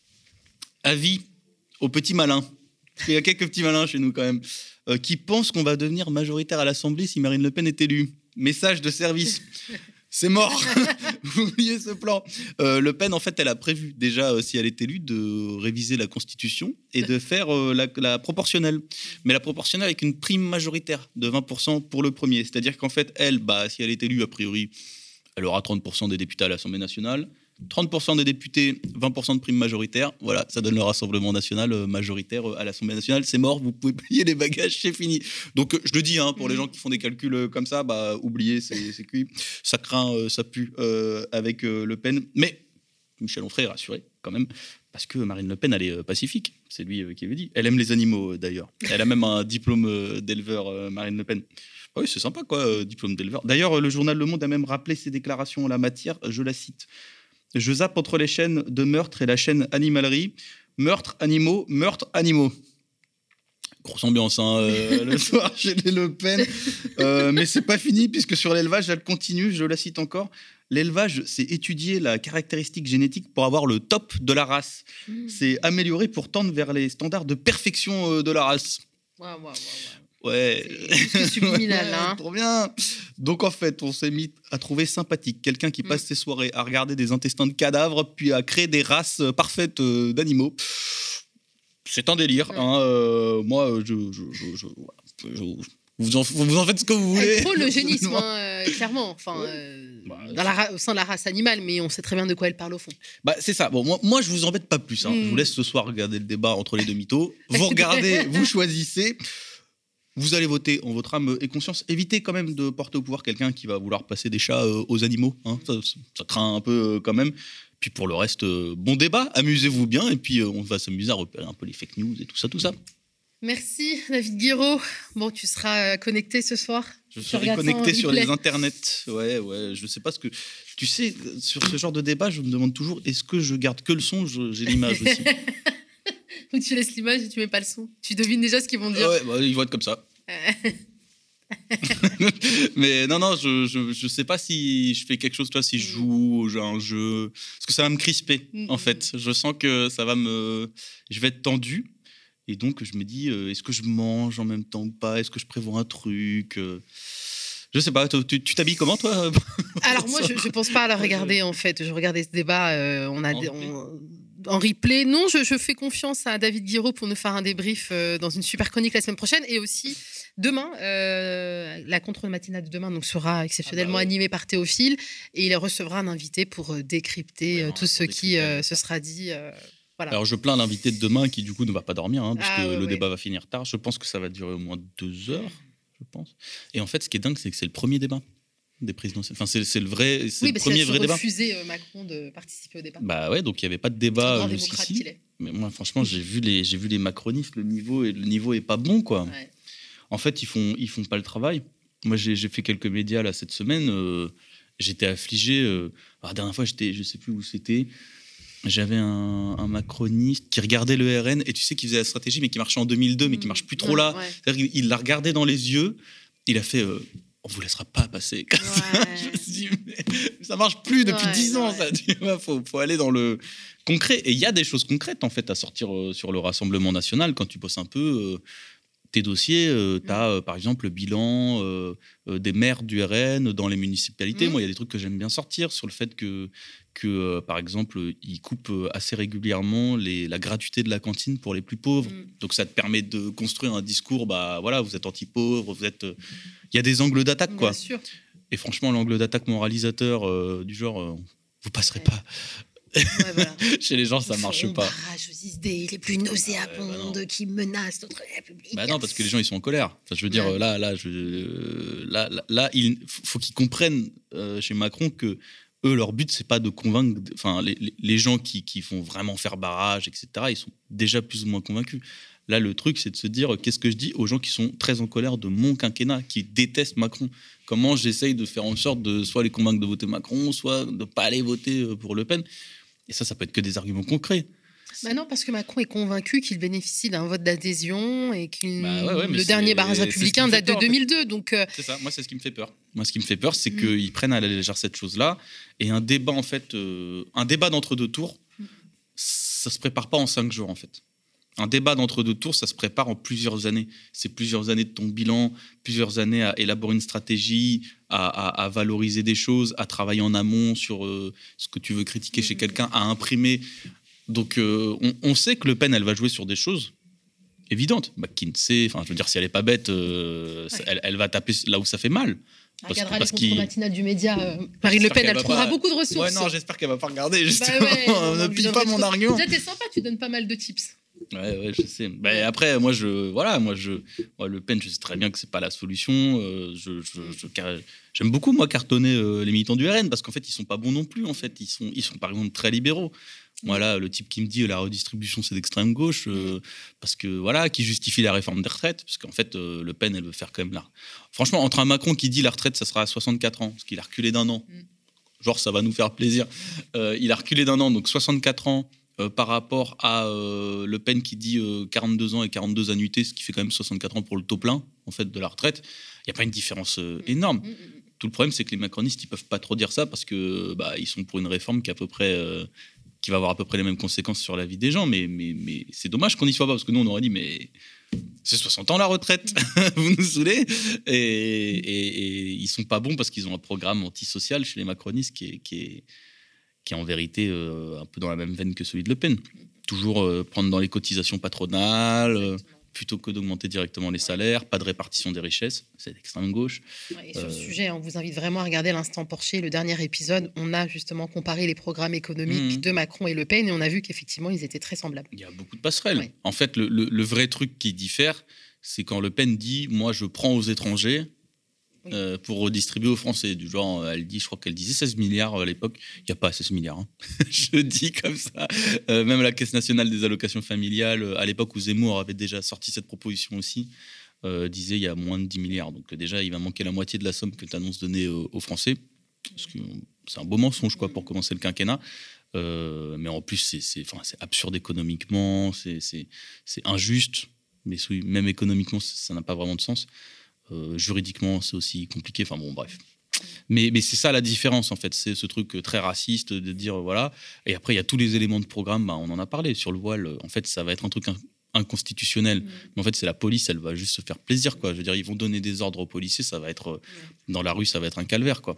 avis aux petits malins. Il y a quelques petits malins chez nous quand même, euh, qui pensent qu'on va devenir majoritaire à l'Assemblée si Marine Le Pen est élue. Message de service. C'est mort. Vous oubliez ce plan. Euh, Le Pen, en fait, elle a prévu déjà, euh, si elle est élue, de réviser la Constitution et de faire euh, la, la proportionnelle. Mais la proportionnelle avec une prime majoritaire de vingt pour cent pour le premier. C'est-à-dire qu'en fait, elle, bah, si elle est élue, a priori, elle aura trente pour cent des députés à l'Assemblée nationale. trente pour cent des députés, vingt pour cent de prime majoritaire. Voilà, ça donne le Rassemblement national majoritaire à l'Assemblée nationale. C'est mort, vous pouvez plier les bagages, c'est fini. Donc, je le dis, hein, pour les gens qui font des calculs comme ça, bah, oubliez, c'est, c'est cuit. Ça craint, ça pue euh, avec euh, Le Pen. Mais Michel Onfray est rassuré, quand même, parce que Marine Le Pen, elle est euh, pacifique. C'est lui euh, qui avait dit. Elle aime les animaux, euh, d'ailleurs. Elle a même un diplôme euh, d'éleveur, euh, Marine Le Pen. Ah oui, c'est sympa, quoi, euh, diplôme d'éleveur. D'ailleurs, le journal Le Monde a même rappelé ses déclarations en la matière. Je la cite. Je zappe entre les chaînes de meurtre et la chaîne animalerie. Meurtre, animaux, meurtre, animaux. Grosse ambiance hein, euh, le soir chez les Le Pen. Euh, mais c'est pas fini, puisque sur l'élevage, elle continue, je la cite encore. L'élevage, c'est étudier la caractéristique génétique pour avoir le top de la race. Mmh. C'est améliorer pour tendre vers les standards de perfection de la race. Waouh, waouh, waouh. Ouais, c'est subliminal, hein. Trop bien. Donc en fait, on s'est mis à trouver sympathique quelqu'un qui passe mmh. ses soirées à regarder des intestins de cadavres, puis à créer des races parfaites euh, d'animaux. C'est un délire. Mmh. Hein. Euh, moi, je, je, je, je, je, je vous, en, vous en faites ce que vous voulez. Elle prône l'eugénisme, hein, euh, clairement. Enfin, euh, bah, dans la, au sein de la race animale, mais on sait très bien de quoi elle parle au fond. Bah, c'est ça. Bon, moi, moi, je vous embête pas plus. Hein. Mmh. Je vous laisse ce soir regarder le débat entre les deux mythos. Vous regardez, vous choisissez. Vous allez voter en votre âme et conscience. Évitez quand même de porter au pouvoir quelqu'un qui va vouloir passer des chats euh, aux animaux. Hein. Ça, ça craint un peu euh, quand même. Puis pour le reste, euh, bon débat, amusez-vous bien. Et puis euh, on va s'amuser à repérer un peu les fake news et tout ça, tout ça. Merci David Guiraud. Bon, tu seras connecté ce soir. Je serai connecté sur les internets. Ouais, ouais. Je sais pas ce que. Tu sais, sur ce genre de débat, je me demande toujours est-ce que je garde que le son, je, j'ai l'image aussi. Ou tu laisses l'image et tu mets pas le son. Tu devines déjà ce qu'ils vont dire. Ouais, bah, ils vont être comme ça. Mais non, non, je, je, je sais pas si je fais quelque chose, toi, si je joue à un jeu. Parce que ça va me crisper, mmh. en fait. Je sens que ça va me. Je vais être tendu. Et donc, je me dis, euh, est-ce que je mange en même temps ou pas ? Est-ce que je prévois un truc ? euh... Je sais pas, tu, tu t'habilles comment, toi ? Alors, moi, je, je pense pas à la regarder, en fait. Je regardais ce débat. Euh, on a. En on... En replay, non, je, je fais confiance à David Guiraud pour nous faire un débrief euh, dans une super chronique la semaine prochaine. Et aussi, demain, euh, la contrôle matinale de demain donc, sera exceptionnellement ah bah ouais. animée par Théophile. Et il recevra un invité pour euh, décrypter ouais, euh, tout ce qui euh, se sera dit. Euh, voilà. Alors, je plains l'invité de demain qui, du coup, ne va pas dormir, hein, parce ah, que ouais, le ouais. débat va finir tard. Je pense que ça va durer au moins deux heures, je pense. Et en fait, ce qui est dingue, c'est que c'est le premier débat des présidentielles. Enfin, c'est, c'est le vrai, c'est oui, le premier vrai débat. Oui, parce qu'il a refusé Macron de participer au débat. Bah ouais, donc il y avait pas de débat jusqu'ici. Mais moi, franchement, j'ai vu les, j'ai vu les macronistes, le niveau et le niveau est pas bon, quoi. Ouais. En fait, ils font, ils font pas le travail. Moi, j'ai, j'ai fait quelques médias là cette semaine. Euh, j'étais affligé. Euh, alors, la dernière fois, j'étais, je sais plus où c'était. J'avais un, un macroniste qui regardait le R N et tu sais qu'il faisait la stratégie, mais qui marchait en deux mille deux, mais qui marche plus trop ouais, là. Ouais. C'est-à-dire qu'il il l'a regardé dans les yeux. Il a fait. Euh, on vous laissera pas passer comme ouais. ça. Je me suis dit, mais ça marche plus depuis dix ouais, ans. Ouais. Ça, faut, faut aller dans le concret. Et il y a des choses concrètes en fait à sortir euh, sur le Rassemblement national quand tu bosses un peu. Euh, tes dossiers, euh, tu as euh, par exemple le bilan euh, euh, des maires du R N dans les municipalités. Mmh. Moi, il y a des trucs que j'aime bien sortir sur le fait que, que euh, par exemple, ils coupent assez régulièrement les, la gratuité de la cantine pour les plus pauvres. Mmh. Donc, ça te permet de construire un discours, bah voilà, vous êtes anti-pauvre, vous êtes... Il euh, y a des angles d'attaque, quoi. Bien sûr. Et franchement, l'angle d'attaque moralisateur euh, du genre, euh, vous passerez ouais. pas... Ouais, voilà. Chez les gens, ça marche pas. Barrage aux idées les plus nauséabondes ah ouais, bah qui menacent notre République. Bah non, parce que les gens, ils sont en colère. Enfin, je veux dire, ouais. là, là, je, là, là, là, il faut qu'ils comprennent euh, chez Macron que eux, leur but, c'est pas de convaincre. Enfin, les, les gens qui, qui vont vraiment faire barrage, et cetera, ils sont déjà plus ou moins convaincus. Là, le truc, c'est de se dire, qu'est-ce que je dis aux gens qui sont très en colère de mon quinquennat, qui détestent Macron. Comment j'essaye de faire en sorte de soit les convaincre de voter Macron, soit de ne pas aller voter pour Le Pen. Et ça, ça peut être que des arguments concrets. Bah non, parce que Macron est convaincu qu'il bénéficie d'un vote d'adhésion et qu'il bah ouais, ouais, le dernier barrage républicain date de deux mille deux. Donc euh... c'est ça. Moi, c'est ce qui me fait peur. Moi, ce qui me fait peur, c'est mmh. qu'ils prennent à la légère cette chose-là. Et un débat, en fait, euh, un débat d'entre-deux tours, mmh. ça se prépare pas en cinq jours, en fait. Un débat d'entre-deux tours, ça se prépare en plusieurs années. C'est plusieurs années de ton bilan, plusieurs années à élaborer une stratégie, à, à, à valoriser des choses, à travailler en amont sur euh, ce que tu veux critiquer chez quelqu'un, à imprimer. Donc, euh, on, on sait que Le Pen, elle va jouer sur des choses évidentes. McKinsey, enfin, je veux dire, si elle n'est pas bête, euh, ouais. elle, elle va taper là où ça fait mal. Elle regardera les contrôles matinales du média. Euh, Marine Le Pen, elle trouvera pas... beaucoup de ressources. Ouais, non, j'espère qu'elle ne va pas regarder, justement. Bah ouais, non, ne pille pas mon argument. Déjà, t'es sympa, tu donnes pas mal de tips. Ouais, ouais, je sais. Ben, après, moi, je, voilà, moi, je, moi, Le Pen, je sais très bien que c'est pas la solution. Euh, je, je, je, j'aime beaucoup, moi, cartonner euh, les militants du R N parce qu'en fait, ils sont pas bons non plus. En fait, ils sont, ils sont par exemple très libéraux. Voilà, le type qui me dit euh, la redistribution c'est d'extrême gauche, euh, parce que voilà, qui justifie la réforme des retraites, parce qu'en fait, euh, Le Pen, elle veut faire quand même là. Franchement, entre un Macron qui dit la retraite, ça sera à soixante-quatre ans, parce qu'il a reculé d'un an. Mm. Genre, ça va nous faire plaisir. Euh, il a reculé d'un an, donc soixante-quatre ans. Euh, par rapport à euh, Le Pen qui dit euh, quarante-deux ans et quarante-deux annuités, ce qui fait quand même soixante-quatre ans pour le taux plein en fait, de la retraite, il n'y a pas une différence euh, énorme. Mmh, mmh. Tout le problème, c'est que les macronistes, ils ne peuvent pas trop dire ça parce qu'ils bah, sont pour une réforme qui, à peu près, euh, qui va avoir à peu près les mêmes conséquences sur la vie des gens. Mais, mais, mais c'est dommage qu'on n'y soit pas parce que nous, on aurait dit mais c'est soixante ans la retraite, vous nous saoulez. Et, et, et ils ne sont pas bons parce qu'ils ont un programme antisocial chez les macronistes qui est... Qui est qui est en vérité euh, un peu dans la même veine que celui de Le Pen. Toujours euh, prendre dans les cotisations patronales, euh, plutôt que d'augmenter directement les salaires, pas de répartition des richesses, c'est l'extrême gauche. Ouais, et sur euh... ce sujet, on vous invite vraiment à regarder l'Instant Porcher, le dernier épisode. On a justement comparé les programmes économiques mmh. de Macron et Le Pen et on a vu qu'effectivement, ils étaient très semblables. Il y a beaucoup de passerelles. Ouais. En fait, le, le, le vrai truc qui diffère, c'est quand Le Pen dit « moi, je prends aux étrangers ». Oui. Euh, pour redistribuer aux Français, du genre, elle dit, je crois qu'elle disait seize milliards à l'époque. Il n'y a pas seize milliards. Hein. Je dis comme ça. Euh, même la Caisse nationale des allocations familiales, à l'époque où Zemmour avait déjà sorti cette proposition aussi, euh, disait il y a moins de dix milliards. Donc déjà, il va manquer la moitié de la somme que tu annonces donner aux, aux Français. Parce que c'est un beau mensonge quoi, pour commencer le quinquennat. Euh, mais en plus, c'est, c'est, enfin, c'est absurde économiquement, c'est, c'est, c'est injuste. Mais même économiquement, ça n'a pas vraiment de sens. Euh, juridiquement, c'est aussi compliqué. Enfin bon, bref. Mais, mais c'est ça la différence, en fait. C'est ce truc très raciste de dire, voilà. Et après, il y a tous les éléments de programme. Bah, on en a parlé. Sur le voile, en fait, ça va être un truc inconstitutionnel. Mmh. Mais en fait, c'est la police, elle va juste se faire plaisir, quoi. Je veux dire, ils vont donner des ordres aux policiers. Ça va être... Mmh. Dans la rue, ça va être un calvaire, quoi.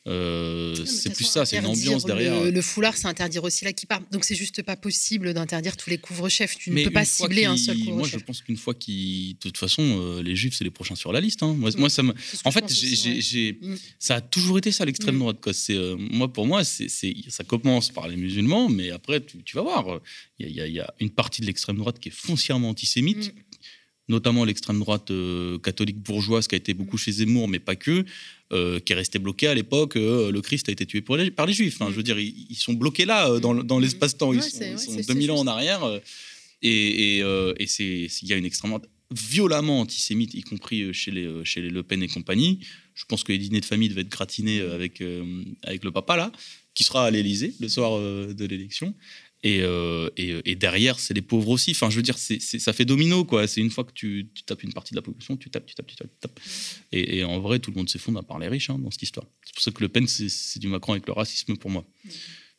Euh, non, c'est plus ça, c'est une ambiance derrière. Le, le foulard, c'est interdire aussi là qui part. Donc c'est juste pas possible d'interdire tous les couvre-chefs. Tu mais ne peux pas cibler un seul couvre-chef. Moi, je pense qu'une fois qu'ils, de toute façon, euh, les Juifs, c'est les prochains sur la liste. Hein. Moi, mmh. moi, ça me. En fait, j'ai, aussi, j'ai, ouais. j'ai... Mmh. ça a toujours été ça l'extrême mmh. droite. Quoi. C'est euh, moi, pour moi, c'est, c'est, ça commence par les musulmans, mais après, tu, tu vas voir, il y, y, y a une partie de l'extrême droite qui est foncièrement antisémite. Mmh. Notamment l'extrême droite euh, catholique bourgeoise qui a été beaucoup chez Zemmour, mais pas que, euh, qui est resté bloqué à l'époque. Euh, le Christ a été tué pour les, par les Juifs. Enfin, je veux dire, ils, ils sont bloqués là, euh, dans, dans l'espace-temps. Ils ouais, sont, ils sont ouais, deux mille ans en arrière. Euh, et et, euh, et c'est, il y a une extrême droite violemment antisémite, y compris chez les, chez les Le Pen et compagnie. Je pense que les dîners de famille devaient être gratinés avec, euh, avec le papa, là, qui sera à l'Élysée le soir euh, de l'élection. Et, euh, et, et derrière, c'est les pauvres aussi. Enfin, je veux dire, c'est, c'est, ça fait domino, quoi. C'est une fois que tu, tu tapes une partie de la population, tu tapes, tu tapes, tu tapes, tu tapes. Et, et en vrai, tout le monde s'effondre à part les riches hein, dans cette histoire. C'est pour ça que Le Pen, c'est, c'est du Macron avec le racisme pour moi.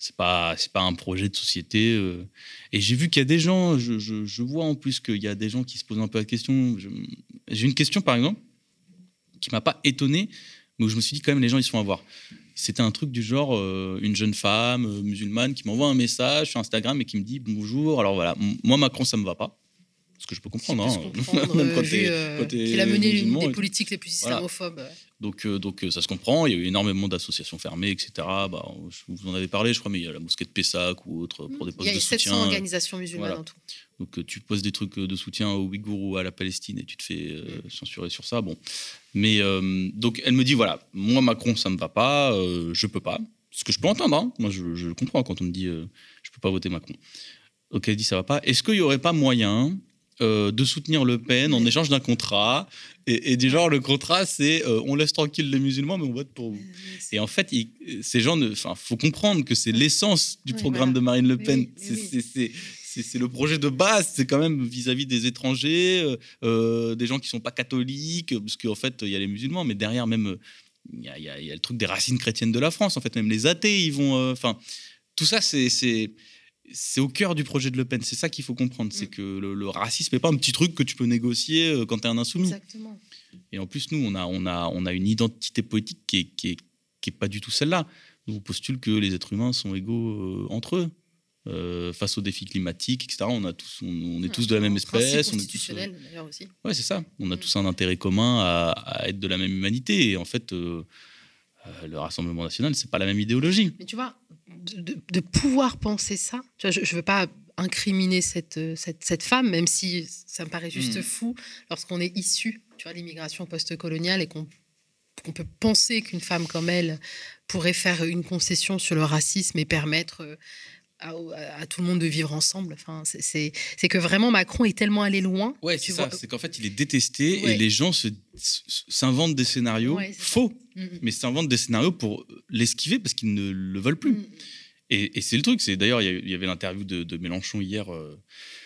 C'est pas, c'est pas un projet de société. Euh. Et j'ai vu qu'il y a des gens, je, je, je vois en plus qu'il y a des gens qui se posent un peu la question. Je, j'ai une question, par exemple, qui m'a pas étonné, mais où je me suis dit quand même, les gens, ils se font avoir. C'était un truc du genre, euh, une jeune femme euh, musulmane qui m'envoie un message sur Instagram et qui me dit « Bonjour, alors voilà, m- moi, Macron, ça me va pas. » Ce que je peux comprendre. Si Hein. comprendre Même quand vu, t'es, euh, quand t'es qu'il a mené l'une musulman, des politiques les plus islamophobes. Voilà. Donc, euh, donc ça se comprend. Il y a eu énormément d'associations fermées, et cetera. Bah, vous en avez parlé, je crois, mais il y a la mosquée de Pessac ou autre pour des postes de soutien. Il y a sept cents organisations musulmanes voilà. en tout. Donc euh, tu poses des trucs de soutien aux Ouïghours ou à la Palestine et tu te fais euh, censurer sur ça. Bon. Mais euh, donc elle me dit, voilà, moi Macron, ça me va pas, euh, je peux pas. Ce que je peux entendre, hein. Moi je, je comprends quand on me dit, euh, je peux pas voter Macron. Donc elle dit, ça va pas. Est-ce qu'il y aurait pas moyen... Euh, de soutenir Le Pen en échange d'un contrat et, et du genre le contrat c'est euh, on laisse tranquille les musulmans mais on vote pour vous. Et en fait il, ces gens, enfin faut comprendre que c'est l'essence du oui, programme voilà. de Marine Le Pen. Oui, oui, c'est, oui. C'est, c'est, c'est, c'est le projet de base, c'est quand même vis-à-vis des étrangers, euh, des gens qui sont pas catholiques, parce qu'en fait il y a les musulmans, mais derrière même il y a, y, a, y a le truc des racines chrétiennes de la France. En fait même les athées ils vont, enfin euh, tout ça c'est, c'est c'est au cœur du projet de Le Pen. C'est ça qu'il faut comprendre. C'est que le, le racisme n'est pas un petit truc que tu peux négocier quand tu es un insoumis. Exactement. Et en plus, nous, on a, on a, on a une identité politique qui n'est qui est, qui est pas du tout celle-là. Nous, on postule que les êtres humains sont égaux euh, entre eux. Euh, face aux défis climatiques, et cetera. On, a tous, on, on est tous de la même espèce. On est tous, euh... d'ailleurs aussi. Ouais, c'est ça. On a mmh. tous un intérêt commun à, à être de la même humanité. Et en fait... Euh, Euh, le Rassemblement national, c'est pas la même idéologie. Mais tu vois, de, de pouvoir penser ça, je ne veux pas incriminer cette, cette, cette femme, même si ça me paraît juste mmh. fou, lorsqu'on est issu de l'immigration post-coloniale et qu'on, qu'on peut penser qu'une femme comme elle pourrait faire une concession sur le racisme et permettre à, à, à tout le monde de vivre ensemble. Enfin, c'est, c'est, c'est que vraiment Macron est tellement allé loin. Ouais, c'est ça. Vois... C'est qu'en fait, il est détesté ouais. et les gens se, s'inventent des scénarios ouais, faux, mmh. mais s'inventent des scénarios pour l'esquiver parce qu'ils ne le veulent plus. Mmh. Et, et c'est le truc. C'est, d'ailleurs, il y avait l'interview de, de Mélenchon hier. Euh,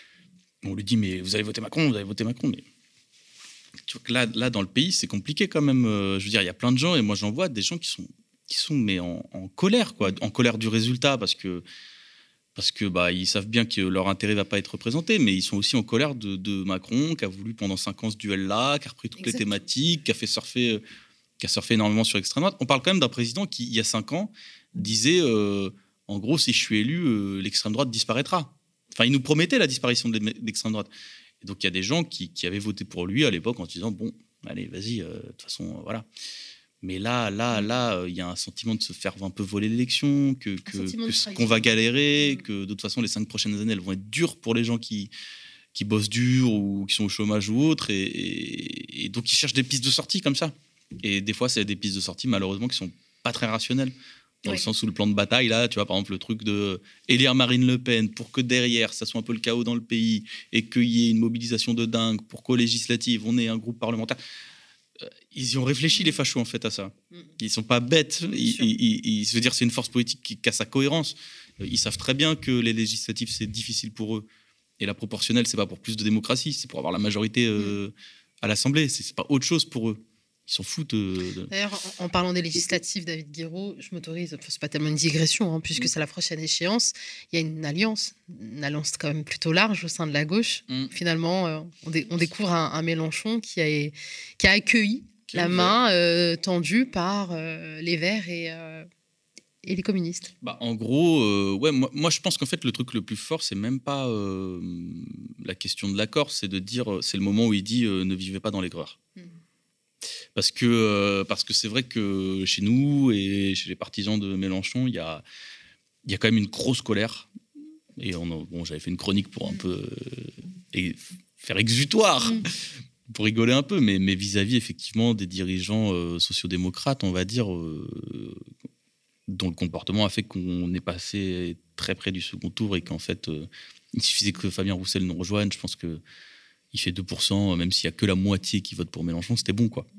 on lui dit, mais vous avez voté Macron, vous avez voté Macron. Mais tu vois que là, là, dans le pays, c'est compliqué quand même. Euh, je veux dire, il y a plein de gens, et moi, j'en vois des gens qui sont, qui sont mais en, en colère, quoi, en colère du résultat, parce que parce que bah, ils savent bien que leur intérêt ne va pas être représenté, mais ils sont aussi en colère de, de Macron, qui a voulu pendant cinq ans ce duel-là, qui a repris toutes Exactement. les thématiques, qui a fait surfer, qui a surfé énormément sur l'extrême droite. On parle quand même d'un président qui, il y a cinq ans, disait euh, en gros, si je suis élu, euh, l'extrême droite disparaîtra. Enfin, il nous promettait la disparition de l'extrême droite. Et donc, il y a des gens qui, qui avaient voté pour lui à l'époque en disant bon, allez, vas-y, de euh, toute façon, euh, voilà. Mais là, là, là, il y a un sentiment de se faire un peu voler l'élection, que, que, que qu'on va galérer, mmh. que de toute façon, les cinq prochaines années, elles vont être dures pour les gens qui, qui bossent dur ou qui sont au chômage ou autre. Et, et, et donc, ils cherchent des pistes de sortie comme ça. Et des fois, c'est des pistes de sortie, malheureusement, qui sont pas très rationnelles. Dans oui. le sens où le plan de bataille, là, tu vois, par exemple, le truc de élire Marine Le Pen pour que derrière, ça soit un peu le chaos dans le pays et qu'il y ait une mobilisation de dingue pour qu'aux législatives, on ait un groupe parlementaire. Ils y ont réfléchi, les fachos, en fait, à ça. Ils sont pas bêtes. Ils, ils, ils, je veux dire, c'est une force politique qui, qui a sa cohérence. Ils savent très bien que les législatives, c'est difficile pour eux. Et la proportionnelle, c'est pas pour plus de démocratie, c'est pour avoir la majorité euh, à l'Assemblée. C'est, c'est pas autre chose pour eux. Ils s'en foutent. De... D'ailleurs, en, en parlant des législatives, David Guiraud, je m'autorise, c'est pas tellement une digression, hein, puisque mmh. c'est la prochaine échéance, il y a une alliance, une alliance quand même plutôt large au sein de la gauche. Mmh. Finalement, euh, on, dé, on découvre un, un Mélenchon qui a, qui a accueilli qui la main euh, tendue par euh, les Verts et, euh, et les communistes. Bah, en gros, euh, ouais, moi, moi je pense qu'en fait, le truc le plus fort, c'est même pas euh, la question de l'accord, c'est de dire, c'est le moment où il dit euh, ne vivez pas dans l'aigreur. Mmh. Parce que, euh, parce que c'est vrai que chez nous et chez les partisans de Mélenchon, il y a, y a quand même une grosse colère. Et on a, bon, j'avais fait une chronique pour un peu euh, et faire exutoire, mmh. pour rigoler un peu, mais, mais vis-à-vis effectivement des dirigeants euh, sociodémocrates, on va dire, euh, dont le comportement a fait qu'on est passé très près du second tour et qu'en fait, euh, il suffisait que Fabien Roussel nous rejoigne. Je pense que il fait deux pour cent, même s'il n'y a que la moitié qui vote pour Mélenchon, c'était bon, quoi.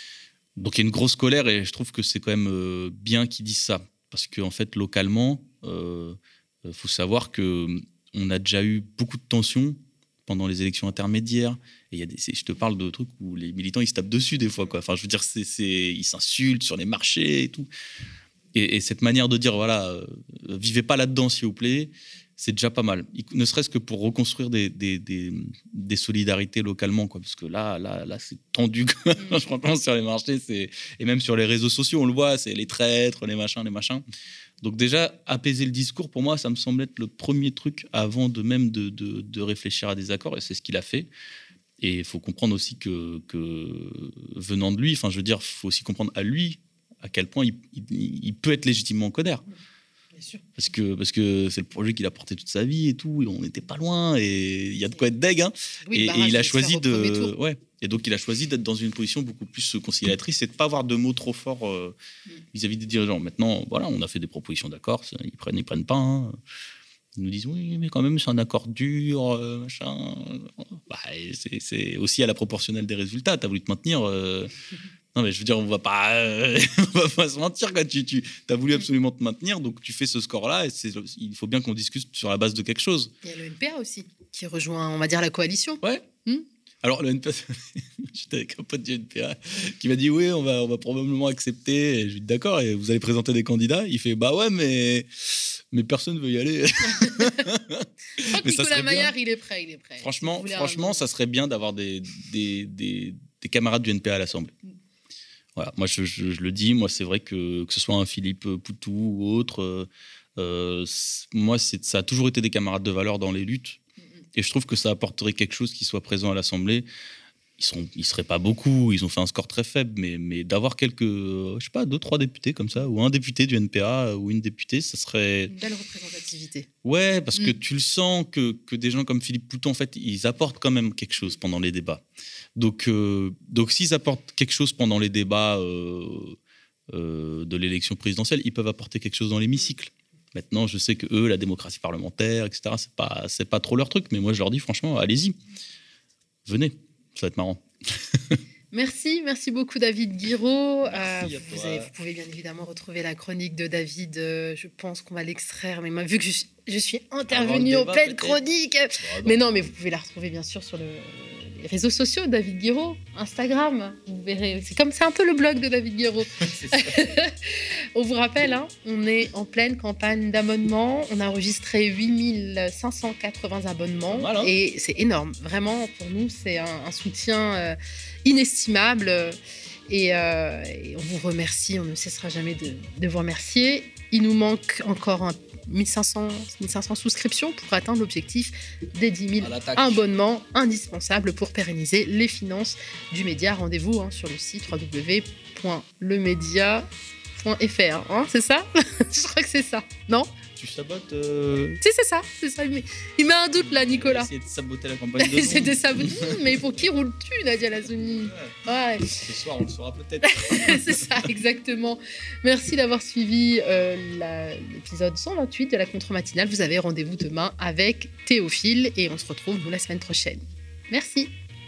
Donc il y a une grosse colère et je trouve que c'est quand même euh, bien qu'ils disent ça. Parce qu'en fait, localement, il euh, faut savoir qu'on a déjà eu beaucoup de tensions pendant les élections intermédiaires. Et y a des, je te parle de trucs où les militants, ils se tapent dessus des fois, quoi. Enfin, je veux dire, c'est, c'est, ils s'insultent sur les marchés et tout. Et, et cette manière de dire, voilà, euh, vivez pas là-dedans, s'il vous plaît, c'est déjà pas mal. Ne serait-ce que pour reconstruire des, des, des, des solidarités localement, quoi. Parce que là, là, là c'est tendu. Mmh. Franchement, sur les marchés, c'est... et même sur les réseaux sociaux, on le voit, c'est les traîtres, les machins, les machins. Donc déjà, apaiser le discours, pour moi, ça me semble être le premier truc avant de même de, de, de réfléchir à des accords. Et c'est ce qu'il a fait. Et il faut comprendre aussi que, que venant de lui, enfin, je veux dire, il faut aussi comprendre à lui à quel point il, il, il peut être légitimement en colère. Bien sûr. Parce que, parce que c'est le projet qu'il a porté toute sa vie et tout, et on n'était pas loin, et il y a de quoi être dég. Hein. Oui, et, et il a choisi de... Ouais. Et donc, il a choisi d'être dans une position beaucoup plus conciliatrice et de ne pas avoir de mots trop forts euh, vis-à-vis des dirigeants. Maintenant, voilà, on a fait des propositions d'accord, ils prennent, ils prennent pas. Hein. Ils nous disent, oui, mais quand même, c'est un accord dur, euh, machin. Bah, c'est, c'est aussi à la proportionnelle des résultats. Tu as voulu te maintenir... Euh... Non, mais je veux dire, on va pas, euh, on va pas se mentir. Quoi. Tu, tu as voulu absolument te maintenir, donc tu fais ce score-là. Et c'est, il faut bien qu'on discute sur la base de quelque chose. Il y a le N P A aussi, qui rejoint, on va dire, la coalition. Ouais. Hmm Alors, le N P A, j'étais avec un pote du N P A qui m'a dit, oui, on va, on va probablement accepter. Et je lui dis, d'accord, et vous allez présenter des candidats? Il fait, bah ouais, mais, mais personne ne veut y aller. Je crois que Nicolas Maillard, il est prêt, il est prêt. Franchement, franchement ça serait bien d'avoir des, des, des, des camarades du N P A à l'Assemblée. Hmm. Voilà, moi je, je, je le dis, moi c'est vrai que que ce soit un Philippe Poutou ou autre, euh, moi c'est, ça a toujours été des camarades de valeur dans les luttes, et je trouve que ça apporterait quelque chose qui soit présent à l'Assemblée. Ils sont, ils seraient pas beaucoup, ils ont fait un score très faible, mais mais d'avoir quelques, je sais pas, deux trois députés comme ça, ou un député du N P A ou une députée, ça serait une belle représentativité. Ouais, parce mm. que tu le sens que que des gens comme Philippe Poutou, en fait, ils apportent quand même quelque chose pendant les débats. Donc, euh, donc s'ils apportent quelque chose pendant les débats euh, euh, de l'élection présidentielle, ils peuvent apporter quelque chose dans l'hémicycle. Maintenant, je sais que eux, la démocratie parlementaire, et cetera, c'est pas, c'est pas trop leur truc, mais moi, je leur dis franchement, allez-y, venez, ça va être marrant. Merci, merci beaucoup David Guiraud. Euh, vous, avez, vous pouvez bien évidemment retrouver la chronique de David. Euh, je pense qu'on va l'extraire, mais moi, vu que je, je suis intervenue en pleine chronique, bon, mais non, mais vous pouvez la retrouver bien sûr sur le, les réseaux sociaux, David Guiraud, Instagram. Vous verrez, c'est comme c'est un peu le blog de David Guiraud. On vous rappelle, hein, on est en pleine campagne d'abonnement. On a enregistré huit mille cinq cent quatre-vingts abonnements voilà. Et c'est énorme. Vraiment, pour nous, c'est un, un soutien euh, inestimable. Et, euh, et on vous remercie. On ne cessera jamais de, de vous remercier. Il nous manque encore un mille cinq cents souscriptions pour atteindre l'objectif des dix mille abonnements indispensables pour pérenniser les finances du média. Rendez-vous hein, sur le site w w w point le média point f r. Hein, c'est ça? Je crois que c'est ça. Non? Tu sabotes euh... Si, c'est ça. C'est ça. Il, met... il met un doute là, Nicolas. Il essaie de saboter la campagne de C'est de saboter. Mais pour qui roules-tu, Nadia Lazouni? Ouais. Ouais. Ce soir, on le saura peut-être. C'est ça, exactement. Merci d'avoir suivi euh, la... l'épisode cent vingt-huit de la Contre-Matinale. Vous avez rendez-vous demain avec Théophile et on se retrouve, nous, la semaine prochaine. Merci.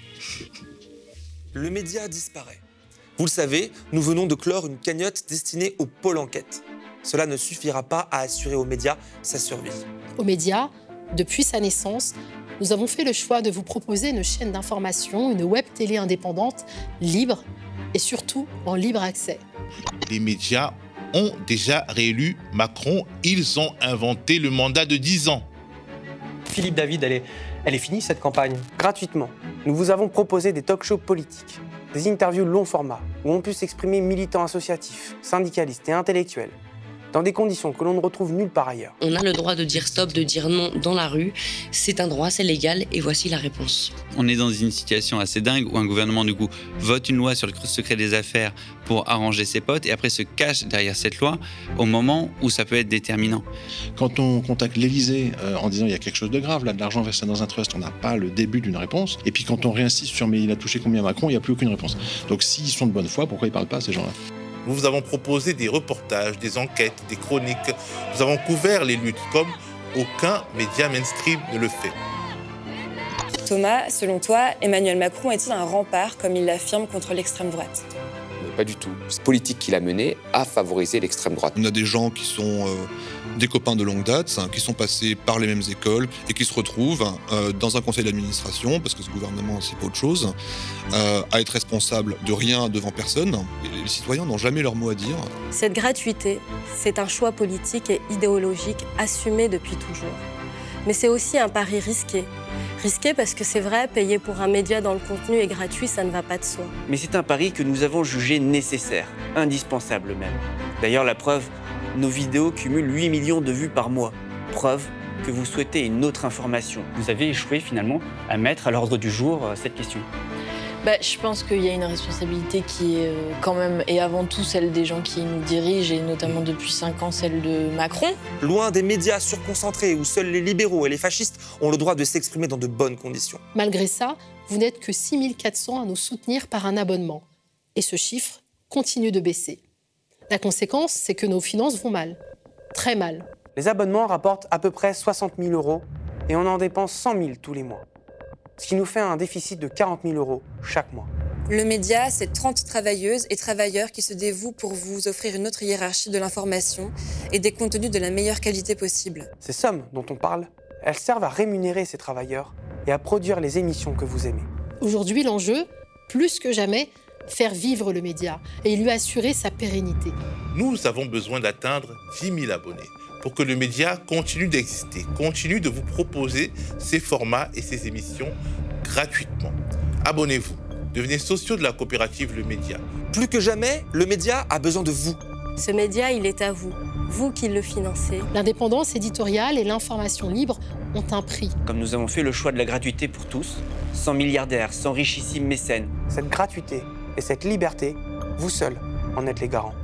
Le média disparaît. Vous le savez, nous venons de clore une cagnotte destinée au pôle enquête. Cela ne suffira pas à assurer aux médias sa survie. Aux médias, depuis sa naissance, nous avons fait le choix de vous proposer une chaîne d'information, une web télé indépendante, libre et surtout en libre accès. Les médias ont déjà réélu Macron. Ils ont inventé le mandat de dix ans. Philippe David, elle est, elle est finie cette campagne. Gratuitement, nous vous avons proposé des talk-shows politiques, des interviews long format où on peut s'exprimer militants associatifs, syndicalistes et intellectuels, dans des conditions que l'on ne retrouve nulle part ailleurs. On a le droit de dire stop, de dire non dans la rue. C'est un droit, c'est légal, et voici la réponse. On est dans une situation assez dingue où un gouvernement, du coup, vote une loi sur le secret des affaires pour arranger ses potes et après se cache derrière cette loi au moment où ça peut être déterminant. Quand on contacte l'Élysée euh, en disant il y a quelque chose de grave, là, de l'argent versé dans un trust, on n'a pas le début d'une réponse. Et puis quand on réinsiste sur mais il a touché combien à Macron, il n'y a plus aucune réponse. Donc s'ils sont de bonne foi, pourquoi ils ne parlent pas à ces gens-là ? Nous vous avons proposé des reportages, des enquêtes, des chroniques. Nous avons couvert les luttes comme aucun média mainstream ne le fait. Thomas, selon toi, Emmanuel Macron est-il un rempart, comme il l'affirme, contre l'extrême droite ? Pas du tout. Cette politique qu'il a menée a favorisé l'extrême droite. On a des gens qui sont euh, des copains de longue date, hein, qui sont passés par les mêmes écoles et qui se retrouvent euh, dans un conseil d'administration, parce que ce gouvernement, c'est pas autre chose, euh, à être responsables de rien devant personne. Et les citoyens n'ont jamais leur mot à dire. Cette gratuité, c'est un choix politique et idéologique assumé depuis toujours. Mais c'est aussi un pari risqué. Risqué parce que c'est vrai, payer pour un média dont le contenu est gratuit, ça ne va pas de soi. Mais c'est un pari que nous avons jugé nécessaire, indispensable même. D'ailleurs, la preuve, nos vidéos cumulent huit millions de vues par mois. Preuve que vous souhaitez une autre information. Vous avez échoué finalement à mettre à l'ordre du jour euh, cette question. Bah, je pense qu'il y a une responsabilité qui est euh, quand même, et avant tout celle des gens qui nous dirigent, et notamment depuis cinq ans celle de Macron. Loin des médias surconcentrés où seuls les libéraux et les fascistes ont le droit de s'exprimer dans de bonnes conditions. Malgré ça, vous n'êtes que six mille quatre cents à nous soutenir par un abonnement. Et ce chiffre continue de baisser. La conséquence, c'est que nos finances vont mal. Très mal. Les abonnements rapportent à peu près soixante mille euros et on en dépense cent mille tous les mois. Ce qui nous fait un déficit de quarante mille euros chaque mois. Le média, c'est trente travailleuses et travailleurs qui se dévouent pour vous offrir une autre hiérarchie de l'information et des contenus de la meilleure qualité possible. Ces sommes dont on parle, elles servent à rémunérer ces travailleurs et à produire les émissions que vous aimez. Aujourd'hui, l'enjeu, plus que jamais, faire vivre le média et lui assurer sa pérennité. Nous avons besoin d'atteindre dix mille abonnés pour que le média continue d'exister, continue de vous proposer ses formats et ses émissions gratuitement. Abonnez-vous, devenez sociaux de la coopérative Le Média. Plus que jamais, le média a besoin de vous. Ce média, il est à vous, vous qui le financez. L'indépendance éditoriale et l'information libre ont un prix. Comme nous avons fait le choix de la gratuité pour tous, sans milliardaires, sans richissimes mécènes. Cette gratuité et cette liberté, vous seuls en êtes les garants.